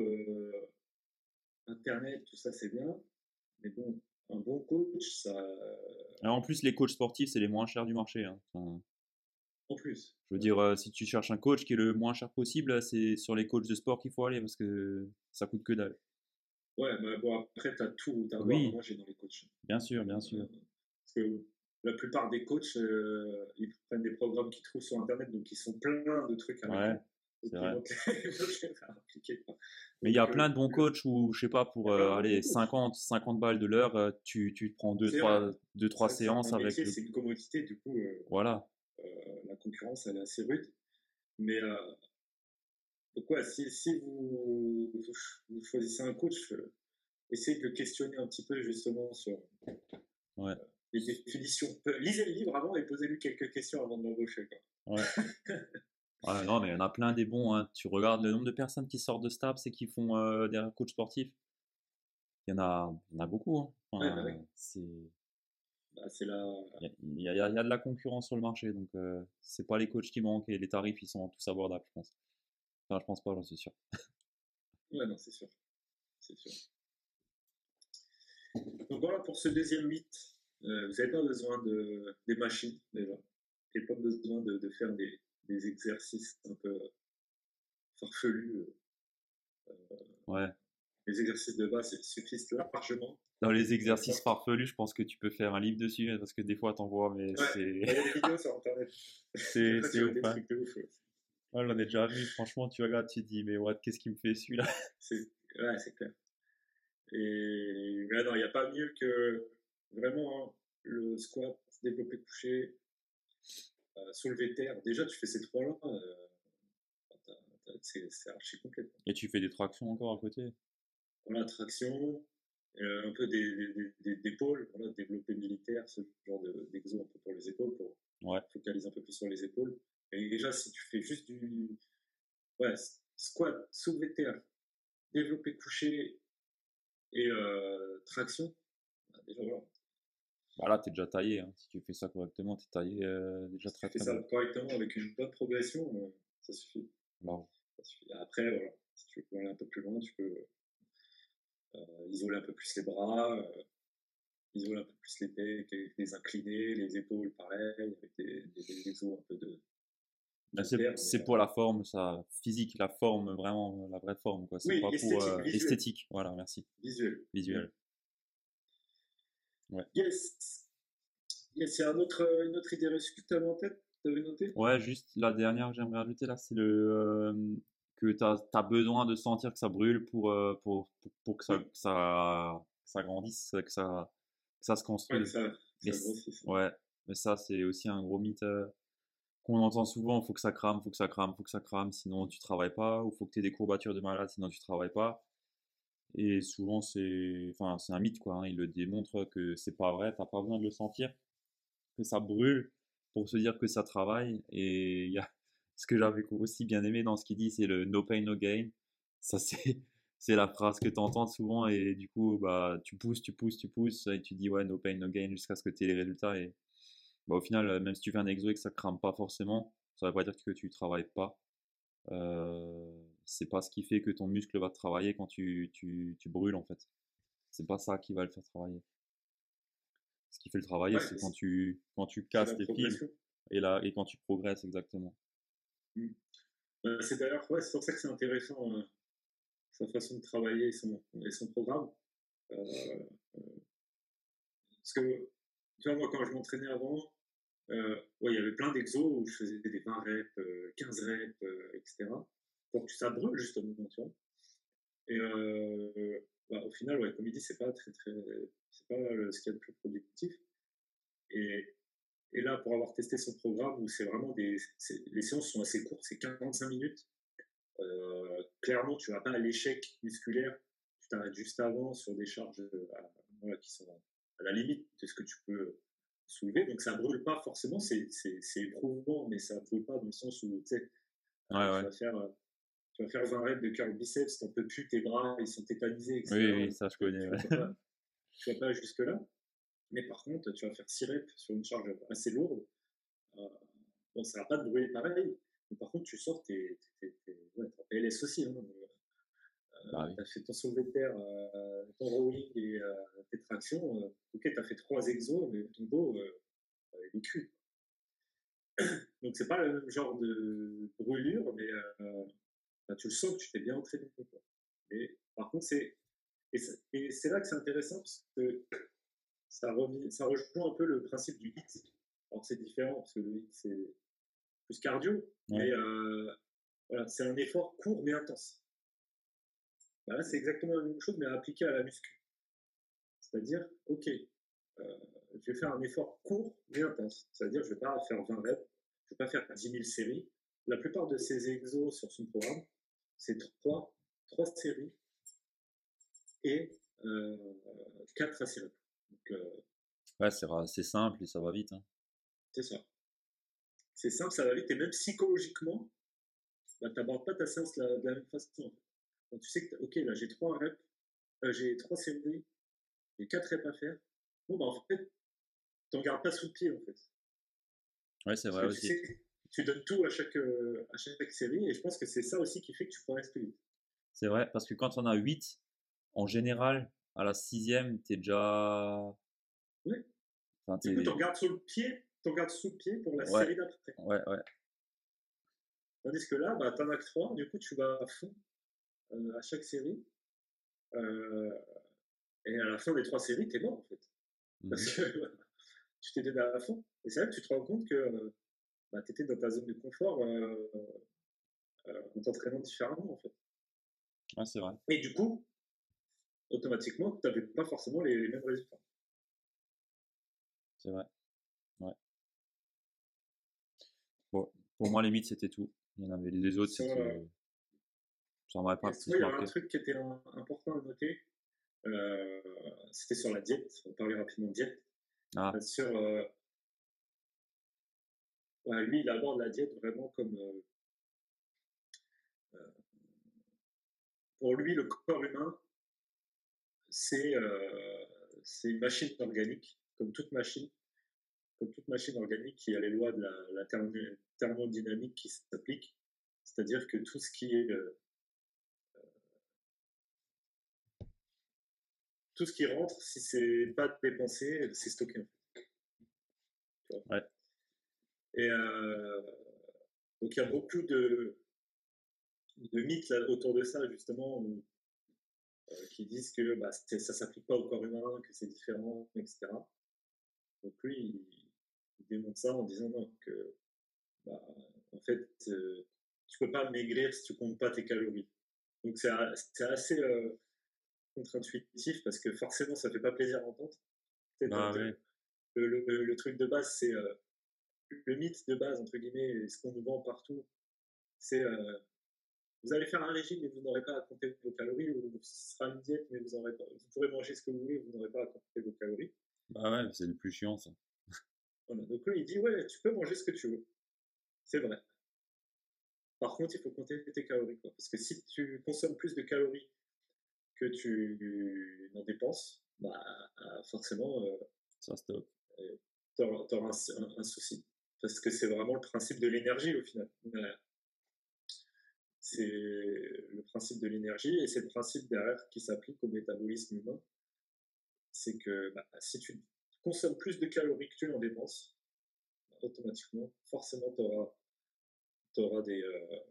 Internet, tout ça, c'est bien. Mais bon, un bon coach, ça, Et en plus, les coachs sportifs, c'est les moins chers du marché, hein. Enfin, en plus. je veux Ouais, dire, si tu cherches un coach qui est le moins cher possible, c'est sur les coachs de sport qu'il faut aller parce que ça coûte que dalle. ouais, bah, bon, après, tu as tout à voir à Oui, manger dans les coachs. bien sûr, bien sûr. Euh, Parce que la plupart des coachs, ils prennent des programmes qu'ils trouvent sur Internet, donc ils sont pleins de trucs à la Ouais, con. Et c'est puis, vrai. ils vont te les faire appliquer, quoi. Mais il y a Donc, plein de bons coachs où, je sais pas, il y pour a plein de bons aller coachs. 50 balles de l'heure, tu te prends C'est vrai. deux, C'est trois vrai que c'est séances un avec métier, le. c'est une commodité, du coup, Voilà. la concurrence, elle est assez rude. Mais donc, ouais, si vous choisissez un coach, essayez de le questionner un petit peu justement sur Ouais, les définitions. Lisez le livre avant et posez-lui quelques questions avant de l'embaucher, quoi. ouais. Ouais, non, mais il y en a plein des bons, hein. Tu regardes le nombre de personnes qui sortent de STAPS et qui font des coachs sportifs. Il y en a beaucoup, hein. Ouais, bah oui. Enfin, Bah, c'est la... il y a de la concurrence sur le marché, donc c'est pas les coachs qui manquent et les tarifs ils sont tous abordables, je pense. Enfin, je pense pas, j'en suis sûr. Ouais, non, c'est sûr. C'est sûr. Donc voilà pour ce deuxième mythe. Vous n'avez pas besoin des machines, déjà. Vous n'avez pas besoin de faire des exercices un peu farfelus. Ouais. Les exercices de base suffisent largement. Dans les Euh, exercices pour- farfelus, je pense que tu peux faire un livre dessus, hein, parce que des fois t'en vois, mais Ouais, bah, il y a des vidéos sur Internet. Des fois, c'est tu vois ouf, des hein. trucs de ouf. Ouais. Ouais, j'en ai déjà vu, franchement, tu regardes, tu te dis, mais what, qu'est-ce qui me fait celui-là? C'est ouais, c'est clair. Et là, non, il n'y a pas mieux que vraiment hein, le squat, développé couché, soulevé de terre. Déjà, tu fais ces trois-là, c'est archi complet, quoi. Et tu fais des tractions encore à côté? Voilà, traction, un peu d'épaule, voilà, développé militaire, ce genre d'exo un peu pour les épaules, pour Ouais, focaliser un peu plus sur les épaules. Et déjà, si tu fais juste ouais, squat, soulevé de terre, développé couché et traction, bah, déjà voilà. bah là t'es déjà taillé, hein. Si tu fais ça correctement, t'es taillé déjà Si tu très fais très ça bien. correctement avec une bonne progression, ça suffit. Alors, Ça suffit. Après, voilà, si tu veux aller un peu plus loin, tu peux isoler un peu plus les bras, isoler un peu plus les pecs avec des inclinés, les épaules pareil, avec des exos un peu Ben, tu perds. c'est pour la forme, ça, physique, la forme, vraiment, la vraie forme, quoi. C'est Oui, pas pour esthétique, visuel. esthétique. Voilà, merci. Visuel. Visuel. Ouais. Yes. Yes, il y a une autre idée reçue que tu avais en tête, tu avais noté? Ouais, juste la dernière que j'aimerais rajouter là, c'est que tu as besoin de sentir que ça brûle pour que Oui, ça grandisse, que ça se ouais, construise. Et ça grossit ça. ouais, mais ça, c'est aussi un gros mythe qu'on entend souvent. Faut que ça crame, faut que ça crame, faut que ça crame, sinon tu travailles pas, ou faut que tu aies des courbatures de malade, sinon tu travailles pas. Et souvent, c'est un mythe, quoi, hein. Il le démontre que c'est pas vrai, t'as pas besoin de le sentir, que ça brûle pour se dire que ça travaille. Et il y a ce que j'avais aussi bien aimé dans ce qu'il dit, c'est le no pain, no gain. Ça, c'est la phrase que tu entends souvent. Et du coup, bah, tu pousses, tu pousses, tu pousses. Et tu dis, ouais, no pain, no gain jusqu'à ce que tu aies les résultats. Et bah, au final, même si tu fais un exo et que ça crame pas forcément, ça veut pas dire que tu travailles pas. C'est pas ce qui fait que ton muscle va travailler quand tu brûles, en fait. C'est pas ça qui va le faire travailler. Ce qui fait le travailler, Ouais, c'est quand tu c'est casses la tes fibres progression. et quand tu progresses exactement. Mm. C'est d'ailleurs, ouais, c'est pour ça que c'est intéressant, sa façon de travailler et son programme. Euh, Parce que, tu vois, moi, quand je m'entraînais avant, ouais, il y avait plein d'exos où je faisais des 20 reps, 15 reps, etc. Pour que ça brûle, justement, tu vois. Et bah, au final, ouais, comme il dit, c'est pas ce qu'il y a de plus productif. Et, et là, pour avoir testé son programme, où c'est vraiment les séances sont assez courtes, c'est 45 minutes. Clairement, tu vas pas à l'échec musculaire, tu t'arrêtes juste avant sur des charges voilà, qui sont à la limite de ce que tu peux soulever. Donc ça brûle pas forcément, c'est éprouvant, mais ça brûle pas dans le sens où tu sais, Ouais, tu ouais. vas faire tu vas faire 20 reps de curl biceps, t'en peux plus, tes bras ils sont tétanisés, Oui, etc. oui, ça je connais. Ouais. Tu vas pas jusque là. Mais par contre, tu vas faire 6 reps sur une charge assez lourde. Euh, bon, ça va pas te brûler pareil. Mais par contre, tu sors, ouais, t'es en PLS aussi. Hein. Bah oui. Tu as fait ton soulevé de terre, ton rowing et tes tractions. Ok, tu as fait 3 exos, mais ton dos, il est cuit. Donc, c'est pas le même genre de brûlure, mais bah, tu le sens que tu t'es bien entraîné. Quoi. Et, par contre, et c'est là que c'est intéressant parce que ça rejoint un peu le principe du HIIT. Alors, c'est différent parce que le HIIT, c'est plus cardio, Ouais. mais voilà, c'est un effort court mais intense. Bah, là, c'est exactement la même chose, mais appliqué à la muscu. C'est-à-dire, ok, je vais faire un effort court mais intense. C'est-à-dire, je ne vais pas faire 20 reps, je ne vais pas faire 10 000 séries. La plupart de ces exos sur son programme, c'est trois séries et 4 assez reps. Donc, Ouais, c'est simple et ça va vite, hein. c'est ça. C'est simple, ça va vite, et même psychologiquement, bah, tu n'abordes pas ta séance de la même façon. Donc, tu sais que, ok, là, j'ai 3 reps, j'ai 3 séries, j'ai 4 reps à faire. Bon, bah, en fait, tu n'en gardes pas sous le pied, en fait. Ouais, c'est Parce vrai que tu aussi. sais que tu donnes tout à chaque série, et je pense que c'est ça aussi qui fait que tu progresses plus vite. C'est vrai, parce que quand on a 8, en général, à la sixième, t'es déjà. Oui. Enfin, Du coup, t'es. t'en gardes sous le pied pour la Ouais, série d'après. ouais, ouais. Tandis que là, bah, t'en as que 3, du coup, tu vas à fond à chaque série. Euh, et à la fin des 3 séries, t'es mort en fait. Parce Mhm. que tu t'es donné à fond. Et c'est là que tu te rends compte que bah, t'étais dans ta zone de confort en t'entraînant différemment en fait. Ouais, c'est vrai. Et du coup, automatiquement, tu n'avais pas forcément les mêmes résultats. C'est vrai. Ouais. Bon, pour moi, les 8, c'était tout. Il y en avait les autres, Sur, ça m'aurait pas et plus il y avait un marqué. truc qui était important à noter. Euh, C'était sur la diète. On parlait rapidement de diète. Ah, Sur, ouais, lui, il aborde la diète vraiment comme pour lui, le corps humain, c'est une machine organique, comme toute machine organique, il y a les lois de la thermodynamique qui s'appliquent. C'est-à-dire que tout ce qui rentre, si c'est pas dépensé, c'est stocké. En fait, ouais. et Donc il y a beaucoup de mythes là, autour de ça, justement, qui disent que bah, ça ne s'applique pas au corps humain, que c'est différent, etc. Donc lui, il démontre ça en disant non, que bah, en fait, tu peux pas maigrir si tu comptes pas tes calories. Donc c'est assez contre-intuitif parce que forcément, ça fait pas plaisir à entendre. Bah ouais, Le truc de base, c'est le mythe de base, entre guillemets, et ce qu'on nous vend partout, c'est vous allez faire un régime et vous n'aurez pas à compter vos calories, ou ce sera une diète, mais vous pourrez manger ce que vous voulez, vous n'aurez pas à compter vos calories. bah ouais, c'est le plus chiant ça. Voilà. Donc lui, il dit, ouais, tu peux manger ce que tu veux. C'est vrai. Par contre, il faut compter tes calories, quoi. Parce que si tu consommes plus de calories que tu n'en dépenses, bah, forcément, Ça stop. tu auras un souci. Parce que c'est vraiment le principe de l'énergie au final. C'est le principe de l'énergie et c'est le principe derrière qui s'applique au métabolisme humain. C'est que bah, si tu consommes plus de calories que tu n'en dépenses, bah, automatiquement, forcément, tu auras des.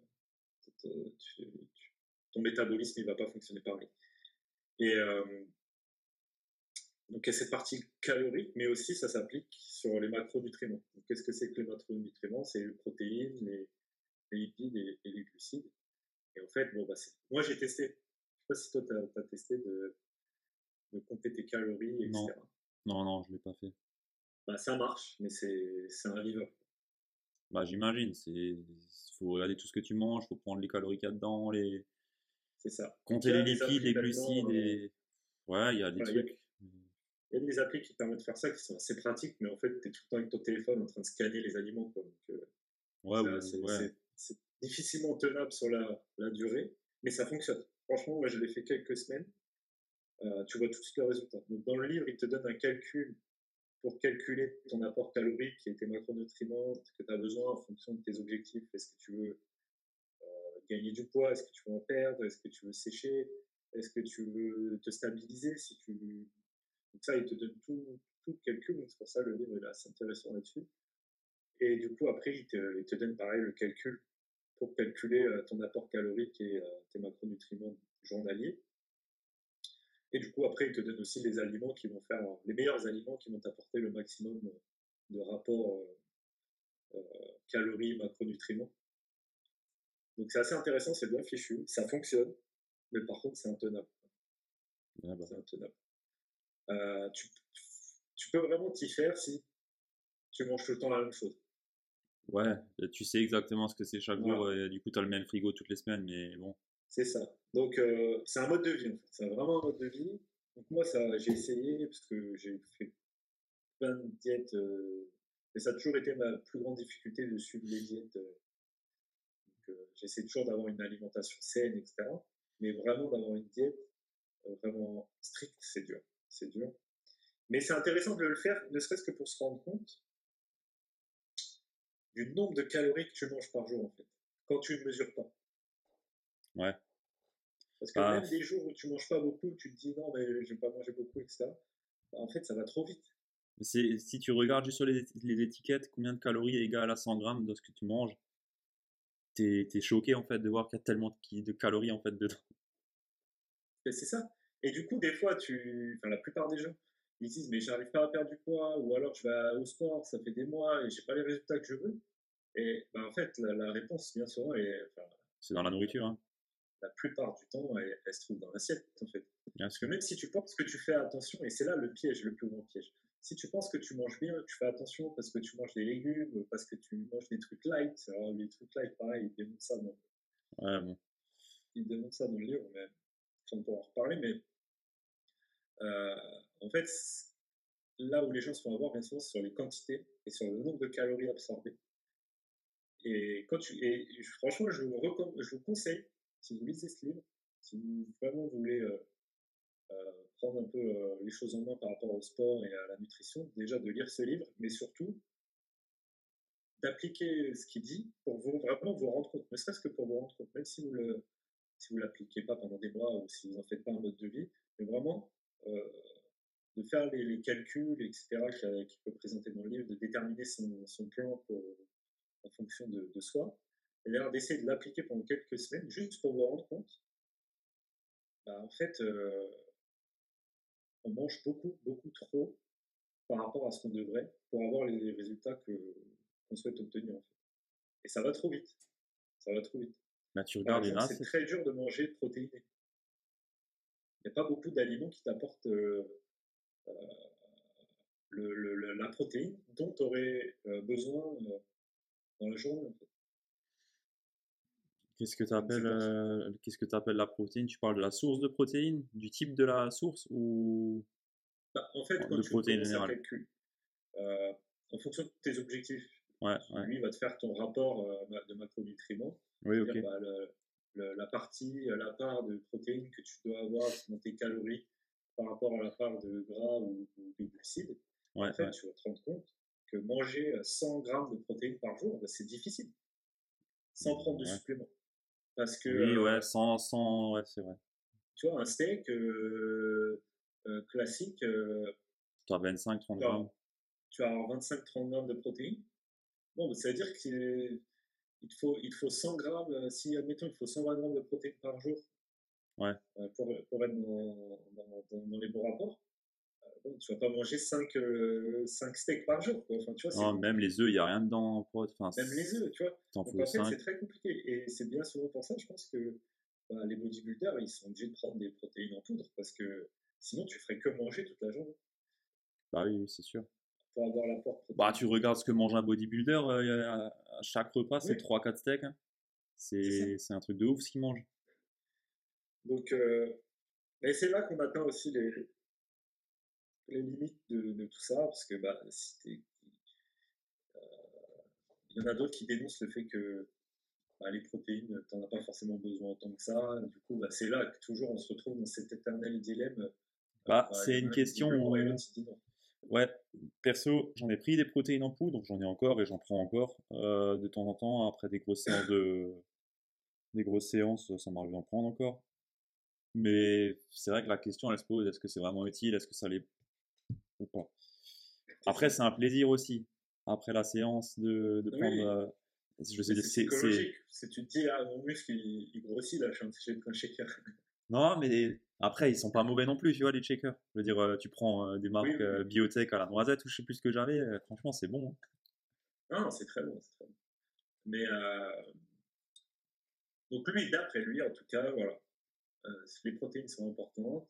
Ton métabolisme ne va pas fonctionner pareil. Et donc, il y a cette partie calorique, mais aussi ça s'applique sur les macronutriments. Qu'est-ce que c'est que les macronutriments? C'est les protéines, les lipides et les glucides. Et en fait, bon, bah, moi j'ai testé. Je ne sais pas si toi tu as testé de compter tes calories, Non, etc. non, je l'ai pas fait. Bah, ça marche, mais c'est un livre. Bah j'imagine, faut regarder tout ce que tu manges, faut prendre les calories qu'il y a dedans, C'est ça. Donc, compter il y les a des lipides, applis les maintenant. glucides et ouais, il y a des Voilà, trucs. il y a des applis qui permettent de faire ça, qui sont assez pratiques, mais en fait, tu es tout le temps avec ton téléphone en train de scanner les aliments, quoi. Donc, Ouais, ou ouais. c'est difficilement tenable sur la durée, mais ça fonctionne. Franchement, moi, je l'ai fait quelques semaines. Tu vois tout de suite le résultat. Donc, dans le livre, il te donne un calcul pour calculer ton apport calorique et tes macronutriments que tu as besoin en fonction de tes objectifs. Est-ce que tu veux gagner du poids? Est-ce que tu veux en perdre? Est-ce que tu veux sécher? Est-ce que tu veux te stabiliser si tu... Donc ça, il te donne tout le calcul. Donc c'est pour ça que le livre est assez intéressant là-dessus. Et du coup, après, il te donne pareil le calcul pour calculer ton apport calorique et tes macronutriments journaliers. Et du coup, après, il te donne aussi les aliments qui vont faire, les meilleurs aliments qui vont t'apporter le maximum de rapport calories, macronutriments. Donc c'est assez intéressant, c'est bien fichu, ça fonctionne, mais par contre, c'est intenable. Ouais, bah, C'est intenable. Euh, tu, tu peux vraiment t'y faire si tu manges tout le temps la même chose. ouais, tu sais exactement ce que c'est chaque Voilà, jour et du coup tu as le même frigo toutes les semaines, mais bon. c'est ça. Donc c'est un mode de vie en fait. C'est vraiment un mode de vie. Donc moi, ça, j'ai essayé parce que j'ai fait plein de diètes, et ça a toujours été ma plus grande difficulté de suivre les diètes. Donc j'essaie toujours d'avoir une alimentation saine, etc. Mais vraiment d'avoir une diète vraiment stricte, c'est dur. C'est dur. Mais c'est intéressant de le faire, ne serait-ce que pour se rendre compte du nombre de calories que tu manges par jour, en fait, quand tu ne mesures pas. Ouais. Parce que Bah, même des jours où tu manges pas beaucoup, tu te dis non, mais je vais pas manger beaucoup, etc. Bah, en fait, ça va trop vite. si tu regardes juste sur les étiquettes, combien de calories est égal à 100 grammes de ce que tu manges, t'es choqué en fait de voir qu'il y a tellement de calories en fait dedans. Et c'est ça. Et du coup, des fois, enfin, la plupart des gens, ils disent, mais j'arrive pas à perdre du poids, ou alors je vais au sport, ça fait des mois et j'ai pas les résultats que je veux. Et bah, en fait, la réponse, bien souvent, enfin, C'est dans la nourriture, hein. la plupart du temps, elle se trouve dans l'assiette, en fait. Bien Parce que sûr. même si tu penses que tu fais attention, et c'est là le piège, le plus grand piège, si tu penses que tu manges bien, tu fais attention parce que tu manges des légumes, parce que tu manges des trucs light, alors les trucs light, pareil, Ouais, bon. ils démontrent ça dans le livre, mais on pourra en reparler, mais euh, en fait, là où les gens se font avoir, bien souvent, c'est sur les quantités et sur le nombre de calories absorbées. Et franchement, je vous conseille, si vous lisez ce livre, si vous vraiment voulez prendre un peu les choses en main par rapport au sport et à la nutrition, déjà de lire ce livre, mais surtout d'appliquer ce qu'il dit pour vous vraiment vous rendre compte, ne serait-ce que pour vous rendre compte, même si vous l'appliquez pas pendant des mois ou si vous n'en faites pas un mode de vie, mais vraiment euh, de faire les calculs, etc., qu'il peut présenter dans le livre, de déterminer son plan en fonction de soi. et d'ailleurs d'essayer de l'appliquer pendant quelques semaines, juste pour vous rendre compte, bah, en fait, on mange beaucoup, beaucoup trop par rapport à ce qu'on devrait pour avoir les résultats qu'on souhaite obtenir, en fait. Et ça va trop vite. Ça va trop vite. Là, tu Par regardes, il y en exemple, a, c'est très dur de manger protéiné. Il n'y a pas beaucoup d'aliments qui t'apportent euh, la protéine dont tu aurais besoin dans la journée, en fait. Donc c'est pour ça. qu'est-ce que tu appelles la protéine? Tu parles de la source de protéine, du type de la source ou Bah, en fait, quand de tu protéines commences à générales? calculer, euh, en fonction de tes objectifs, Ouais, ouais. lui va te faire ton rapport de macronutriments, Oui, ok. c'est-à-dire bah, la partie, la part de protéines que tu dois avoir dans tes calories par rapport à la part de gras ou de glucides. Et Ouais, en fait, ouais. tu vas te rendre compte que manger 100 grammes de protéines par jour, bah, c'est difficile, sans prendre de Ouais. suppléments. Parce que, Oui, ouais, ouais, c'est vrai. tu vois, un steak classique, Tu as 25-30 tu vas grammes. tu vas avoir 25-30 grammes de protéines. Bon, bah, ça veut dire il te faut 100 grammes, si admettons il faut 120 grammes de protéines par jour Ouais. pour être dans les bons rapports, bon, tu vas pas manger 5 steaks par jour, quoi. Enfin, tu vois, c'est Non, même compliqué. les œufs, il n'y a rien dedans en prot. Enfin, Même les œufs, tu vois. t'en Donc faut en fait, 5. c'est très compliqué. Et c'est bien souvent pour ça, je pense que bah, les bodybuilders, ils sont obligés de prendre des protéines en poudre parce que sinon, tu ferais que manger toute la journée Bah oui, oui, c'est sûr. pour avoir l'apport Bah, protéique. tu regardes ce que mange un bodybuilder, à chaque repas, c'est Oui, 3-4 steaks, hein. c'est ça. C'est un truc de ouf ce qu'il mange. Donc, et c'est là qu'on atteint aussi les limites de tout ça, parce que bah, il y en a d'autres qui dénoncent le fait que bah, les protéines, tu n'en as pas forcément besoin autant que ça. Du coup, bah, c'est là que toujours on se retrouve dans cet éternel dilemme. Bah, Bah, il y c'est en une a un qui dit question que non et l'autre où, qui dit non. ouais, perso, j'en ai pris des protéines en poudre, j'en ai encore et j'en prends encore de temps en temps après des grosses séances, ça m'arrive d'en prendre encore. Mais c'est vrai que la question elle se pose, est-ce que c'est vraiment utile, est-ce que ça l'est ou pas? C'est Après, ça. c'est un plaisir aussi. Après la séance de prendre, Oui, je mais sais, c'est psychologique. Si tu te dis, ah, mon muscle, il grossit, là, je vais te prendre un shaker. non, mais après, ils sont pas mauvais non plus, tu vois, les checkers. Je veux dire, tu prends des Oui, marques oui, oui. biotech à la noisette ou je sais plus ce que j'avais, franchement, c'est bon, hein. Non, non, c'est très bon, c'est très bon. Mais, donc lui, d'après lui, en tout cas, voilà, les protéines sont importantes,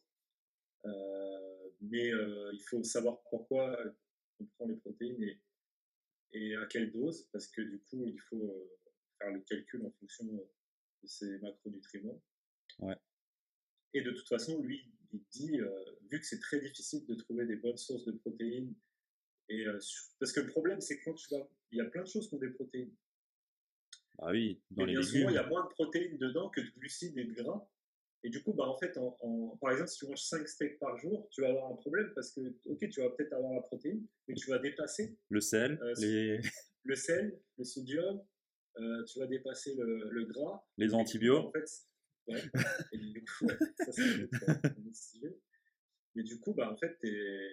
mais il faut savoir pourquoi on prend les protéines et à quelle dose, parce que du coup, il faut faire le calcul en fonction de ces macronutriments. Ouais. Et de toute façon, lui, il dit, vu que c'est très difficile de trouver des bonnes sources de protéines, parce que le problème, c'est que il y a plein de choses qui ont des protéines, Bah oui, dans mais les bien souvent, il y légumes, a moins de protéines dedans que de glucides et de gras. Et du coup, bah, en fait, par exemple, si tu manges 5 steaks par jour, tu vas avoir un problème parce que, ok, tu vas peut-être avoir la protéine, mais tu vas dépasser le sel, euh, le sel, le sodium, tu vas dépasser le gras, les et du coup, bah, en antibiotiques. fait, ouais, et du coup, ouais, ça c'est un autre sujet. Mais du coup, bah, en fait,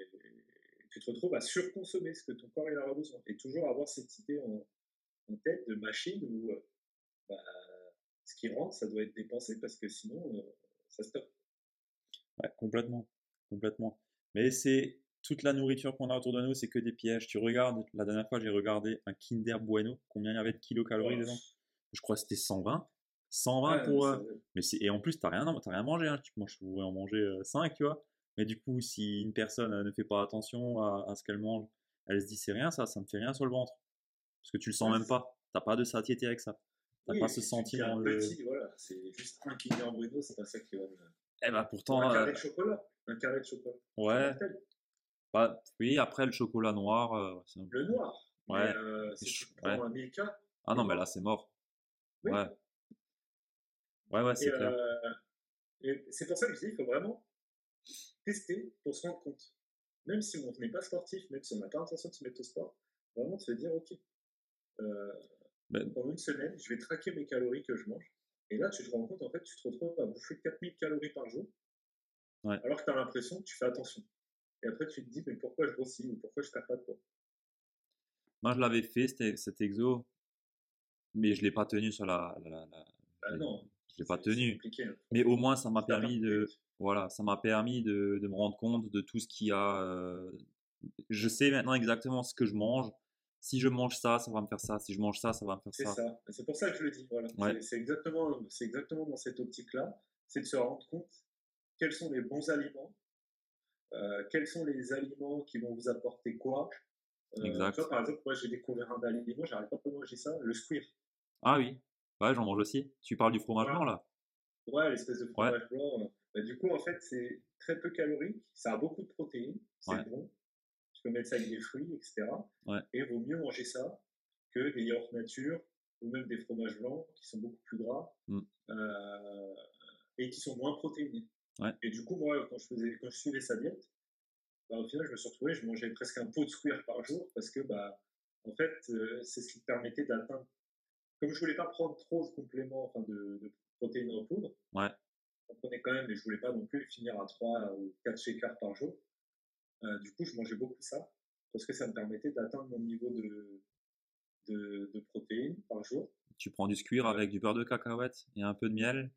tu te retrouves à surconsommer ce que ton corps il aura besoin. Et toujours avoir cette idée en tête de machine où bah, ce qui rentre, ça doit être dépensé parce que sinon, ça stoppe. Ouais, complètement, complètement. Mais c'est toute la nourriture qu'on a autour de nous, c'est que des pièges. Tu regardes, la dernière fois, j'ai regardé un Kinder Bueno, combien il y avait de kilocalories Voilà. dedans? Je crois que c'était 120. 120 Ah, non, mais pour. c'est vrai. Et en plus, t'as rien mangé, hein. Tu pourrais en manger 5, tu vois. Mais du coup, si une personne ne fait pas attention à ce qu'elle mange, elle se dit c'est rien, ça me fait rien sur le ventre. Parce que tu le sens Ouais, même c'est ça. pas. T'as pas de satiété avec ça. T'as Oui, pas et ce puis tu te dis un sentiment de. petit, voilà, c'est juste un Kinder Bueno, c'est pas ça qui va me... Eh ben Ou un pourtant, carré de chocolat. Un carré de chocolat. C'est ouais. mortel. Bah, oui, après le chocolat noir, Le noir. Mais ouais. si tu Ouais. prends un Milka, Ah il est non, mais là, mort. c'est mort. Oui. Ouais. Ouais, ouais, Et, c'est clair. c'est pour ça que je dis, il faut vraiment tester pour se rendre compte. Même si on n'est pas sportif, même si on n'a pas l'intention de se mettre au sport, vraiment de se dire, ok, euh, Ben, pendant une semaine, je vais traquer mes calories que je mange. Et là, tu te rends compte, en fait, tu te retrouves à bouffer 4000 calories par jour, ouais. alors que tu as l'impression que tu fais attention. Et après, tu te dis, mais pourquoi je grossis ou pourquoi je perds pas de poids? Moi, je l'avais fait, cet exo. mais je l'ai pas tenu sur je Bah l'ai non, je l'ai pas c'est tenu. compliqué, hein. Mais au moins, ça m'a Si t'as pas permis de de, but, voilà, ça m'a permis de me rendre compte de tout ce qu'il y a. Je sais maintenant exactement ce que je mange. Si je mange ça, ça va me faire ça. Si je mange ça, ça va me faire c'est ça. ça. Et c'est pour ça que je le dis. Voilà. Ouais, C'est exactement dans cette optique-là. C'est de se rendre compte quels sont les bons aliments, quels sont les aliments qui vont vous apporter quoi. Tu vois, exact. par exemple, moi j'ai découvert un aliment, j'arrive pas à manger ça, le skyr. Ah oui, ouais, j'en mange aussi. Tu parles du fromage blanc Voilà. là? Ouais, l'espèce de Ouais, fromage blanc. Bah, du coup, en fait, c'est très peu calorique, ça a beaucoup de protéines, c'est ouais, bon. Tu peux mettre ça avec des fruits, etc. ouais. Et il vaut mieux manger ça que des yaourts nature ou même des fromages blancs qui sont beaucoup plus gras Mm, euh, et qui sont moins protéinés. ouais. Et du coup, moi, quand je suivais sa diète, bah, au final, je me suis retrouvé, je mangeais presque un pot de skyr par jour parce que, bah, en fait, c'est ce qui me permettait d'atteindre. Comme je voulais pas prendre trop de compléments, enfin de protéines en poudre, Ouais. j'en prenais quand même, mais je voulais pas non plus finir à 3 ou 4 shakers par jour. Du coup, je mangeais beaucoup ça parce que ça me permettait d'atteindre mon niveau de protéines par jour. Tu prends du skyr Euh, avec du beurre de cacahuète et un peu de miel.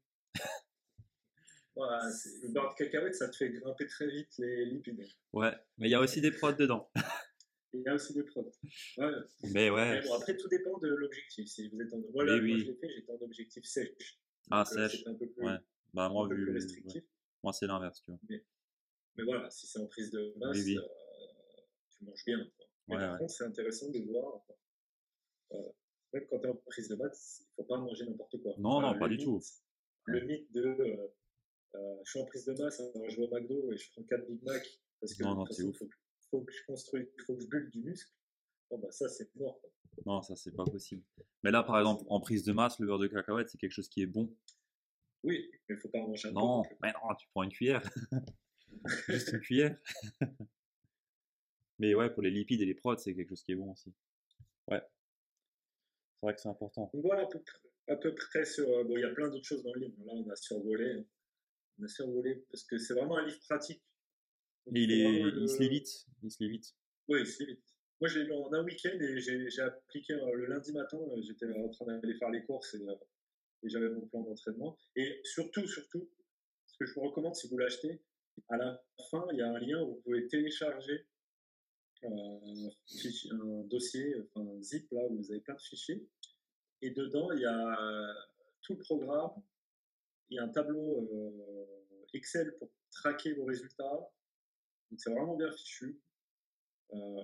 voilà, le beurre de cacahuète, ça te fait grimper très vite les lipides. Ouais, mais il y a aussi des prods dedans. Et il y a aussi des protéines. Ouais. Mais ouais, Mais bon, après, tout dépend de l'objectif. Si vous êtes en... oui, Voilà, quand je oui. l'ai fait, j'étais en objectif sèche. Ah, Donc, sèche. c'était Ouais. Bah un moi, peu plus ouais. restrictif. Moi, c'est l'inverse, tu vois. Mais, mais voilà, si c'est en prise de Oui, masse, oui. tu manges bien, quoi. Mais Ouais, par ouais. contre, c'est intéressant de voir, euh, même quand tu es en prise de masse, il ne faut pas manger n'importe quoi. Non, non, pas du tout. Ouais. Le mythe de je suis en prise de masse, alors je vais au McDo et je prends 4 Big Mac parce que de Non, toute non, c'est façon, ouf. faut que je construise, il faut que je bulle du muscle. Bon, bah, ça, c'est mort, quoi. Non, ça, c'est pas possible. Mais là, par Ça, c'est exemple, mort. en prise de masse, le beurre de cacahuète, c'est quelque chose qui est bon. Oui, mais il ne faut pas en manger un pot non Non, plus. mais non, tu prends une cuillère. Juste une cuillère. Mais ouais, pour les lipides et les prods, c'est quelque chose qui est bon aussi. Ouais, c'est vrai que c'est important. Donc voilà à peu près sur. Bon, il y a plein d'autres choses dans le livre. Là, on a survolé. On a survolé parce que c'est vraiment un livre pratique. Donc Et il faut vraiment il se lit le. vite. Il se lit vite. Oui, c'est vite. Moi, je l'ai lu en un week-end et j'ai appliqué le lundi matin. J'étais en train d'aller faire les courses et j'avais mon plan d'entraînement. Et surtout, ce que je vous recommande si vous l'achetez, à la fin, il y a un lien où vous pouvez télécharger un dossier, enfin un zip là où vous avez plein de fichiers. Et dedans, il y a tout le programme. Il y a un tableau Excel pour traquer vos résultats. Donc c'est vraiment bien fichu. Euh,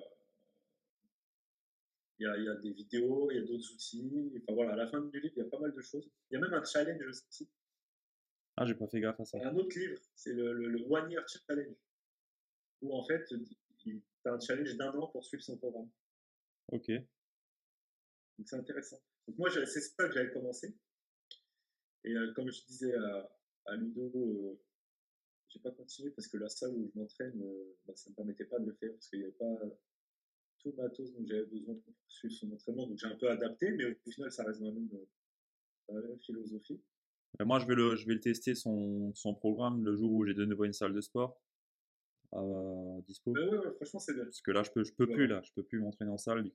il y a des vidéos, il y a d'autres outils. Enfin voilà, à la fin du livre, il y a pas mal de choses. Il y a même un challenge aussi. Ah, j'ai pas fait gaffe à ça. Et un autre livre, c'est le One Year Challenge, où en fait, tu as un challenge d'un an pour suivre son programme. Ok. Donc c'est intéressant. Donc moi, c'est ça que j'avais commencé. Et comme je disais à Ludo, j'ai pas continué parce que la salle où je m'entraîne, bah, ça me permettait pas de le faire parce qu'il n'y avait pas tout le matos dont j'avais besoin pour suivre son entraînement. Donc j'ai un peu adapté, mais au final, ça reste dans la même philosophie. Moi, je vais le tester son programme le jour où j'ai de nouveau une salle de sport à dispo. Mais ouais, franchement, c'est bien. Parce que là, Tu vas voir. je peux plus m'entraîner en salle.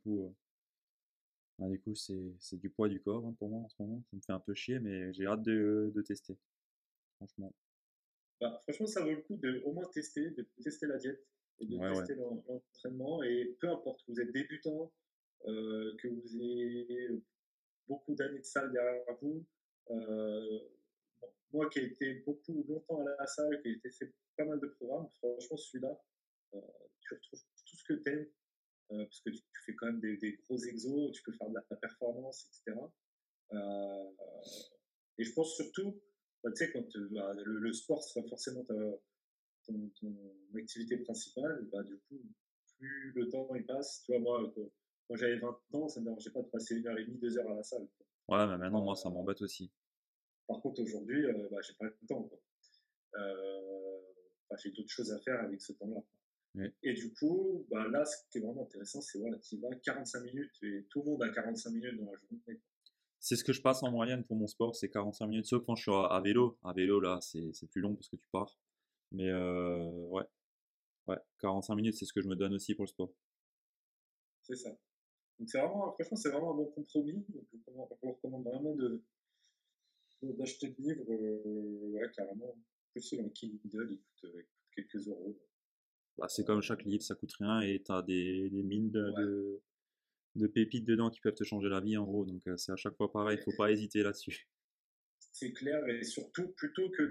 Du coup, c'est du poids du corps hein, pour moi en ce moment. Ça me fait un peu chier, mais j'ai hâte de tester. Franchement. Bah, franchement, ça vaut le coup de au moins tester, de tester la diète et de Ouais, ouais. tester l'entraînement. Et peu importe que vous êtes débutant, que vous ayez beaucoup d'années de salle derrière vous. Euh, bon, moi qui ai été beaucoup longtemps à la salle, qui ai été fait pas mal de programmes, franchement, celui-là, euh, tu retrouves tout ce que tu aimes, parce que tu fais quand même des gros exos, tu peux faire de la performance, etc. Euh, et je pense surtout, bah, tu sais, quand bah, le sport, c'est pas forcément ton activité principale, bah, du coup, plus le temps il passe, tu vois, moi, quand j'avais 20 ans, ça ne me dérangeait pas de passer 1 heure et demie, 2 heures à la salle, quoi. Ouais, mais maintenant, moi, ça Euh, m'embête aussi. Par contre, aujourd'hui, bah, j'ai pas le temps, quoi. Enfin, j'ai d'autres choses à faire avec ce temps-là. Ouais. Et du coup, bah, là, ce qui est vraiment intéressant, c'est voilà, tu vas 45 minutes et tout le monde a 45 minutes dans la journée. C'est ce que je passe en moyenne pour mon sport, c'est 45 minutes, sauf quand je suis à vélo. À vélo, là, c'est plus long parce que tu pars. Mais ouais, 45 minutes, c'est ce que je me donne aussi pour le sport. C'est ça. Donc c'est vraiment, franchement, c'est vraiment un bon compromis. Donc, je vous recommande vraiment d'acheter le livre, ouais, carrément. En plus, c'est dans Kindle, il coûte quelques euros. Bah, c'est comme chaque livre, ça coûte rien et t'as des mines Ouais, de pépites dedans qui peuvent te changer la vie en gros. Donc c'est à chaque fois pareil, faut pas hésiter là-dessus. c'est clair. Et surtout, plutôt que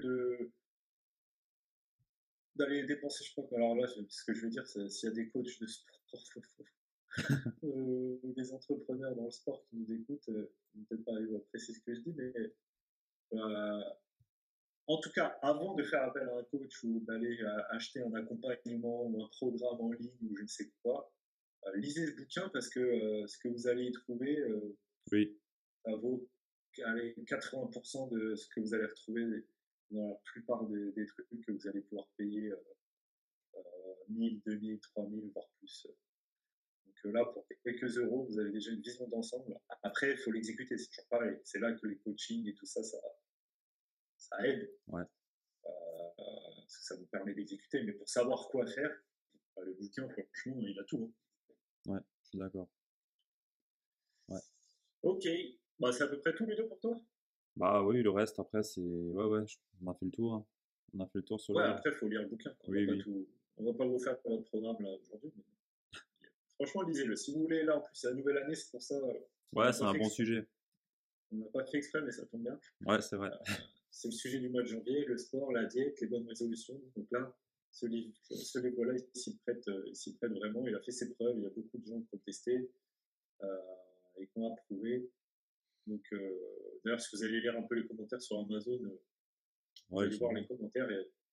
d'aller dépenser, je crois. Alors là, ce que je veux dire, c'est s'il y a des coachs de sport, ou des entrepreneurs dans le sport qui nous écoutent, ils vont peut-être pas apprécier ce que je dis, mais euh, en tout cas, avant de faire appel à un coach ou d'aller acheter un accompagnement ou un programme en ligne ou je ne sais quoi, lisez ce bouquin parce que ce que vous allez y trouver, Oui, ça vaut allez, 80% de ce que vous allez retrouver dans la plupart des trucs que vous allez pouvoir payer 1000, 2000, 3000, voire plus. Donc là, pour quelques euros, vous avez déjà une vision d'ensemble. Après, il faut l'exécuter, c'est toujours pareil. C'est là que les coachings et tout ça, ça aide. ouais, Parce que ça vous permet d'exécuter. Mais pour savoir quoi faire, le bouquin, franchement, il a tout. ouais, je suis d'accord. Ouais. Ok, bah, c'est à peu près tout, Ludo, pour toi. Bah oui, le reste après c'est. Ouais, ouais, on a fait le tour, hein. On a fait le tour sur le Ouais, livre. après, il faut lire le bouquin. Oui, oui. On va pas vous faire notre programme là aujourd'hui. Mais franchement, lisez-le. Si vous voulez, là, en plus, c'est la nouvelle année, c'est pour ça. On Ouais, n'a c'est pas un fait bon exprès. sujet. On n'a pas fait exprès, mais ça tombe bien. Ouais, c'est vrai. C'est le sujet du mois de janvier, le sport, la diète, les bonnes résolutions. Donc là, ce livre-là, il s'y prête vraiment. Il a fait ses preuves. Il y a beaucoup de gens qui ont testé euh, et qui ont approuvé. Donc, d'ailleurs, si vous allez lire un peu les commentaires sur Amazon, vous Ouais, ils allez sont voir les bons. commentaires.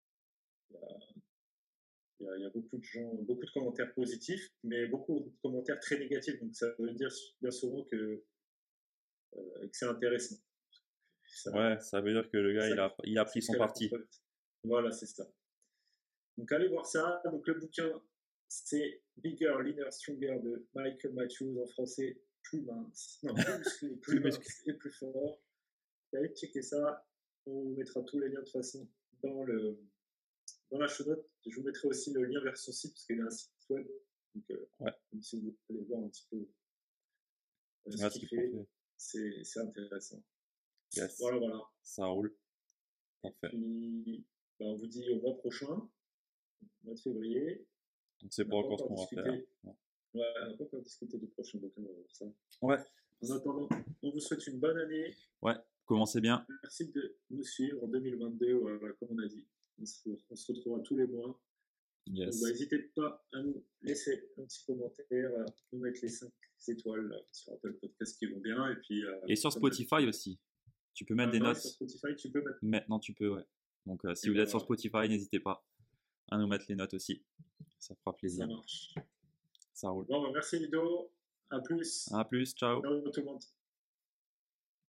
Il y a beaucoup de gens, beaucoup de commentaires positifs, mais beaucoup de commentaires très négatifs. Donc, ça veut dire bien souvent que c'est intéressant. Ça, Ouais, ça veut dire que le gars ça, il a ça pris son crée la parti. controverse. Voilà, c'est ça. Donc, allez voir ça. Donc, le bouquin, c'est Bigger, Leaner, Stronger de Michael Matthews, en français, plus mince. Non, plus musclé, plus Plus musclé. mince et plus fort. Allez checker ça. On vous mettra tous les liens de toute façon dans la show note. Je vous mettrai aussi le lien vers son site parce qu'il a un site web. Donc, Ouais, si vous allez voir un petit peu ce ouais, ce qu'il qu'il fait, fait. c'est intéressant. Yes, Voilà, voilà. ça roule. Et Parfait. puis, ben, on vous dit au mois prochain, mois de février. On sait On pas n'a pas encore ce encore qu'on va faire. discuté. Ouais, on n'a pas encore discuté du prochain bouquin, on va voir ça. Ouais, En attendant, on vous souhaite une bonne année. ouais, commencez bien. Merci de nous suivre en 2022, comme on a dit. On se retrouvera tous les mois. Donc, bah, Yes. n'hésitez pas à nous laisser un petit commentaire, à nous mettre les 5 étoiles sur Apple Podcast qui vont bien. Et puis, Et sur comme Spotify d'habitude, aussi. Tu peux mettre des ouais, sur notes. Spotify, tu peux mettre. Maintenant, tu peux, ouais. Donc, si Et vous ben êtes sur voilà, Spotify, n'hésitez pas à nous mettre les notes aussi. Ça fera ça plaisir. marche. Ça roule. Bon, bah, merci Ludo. À plus. À plus, ciao. Ciao tout le monde.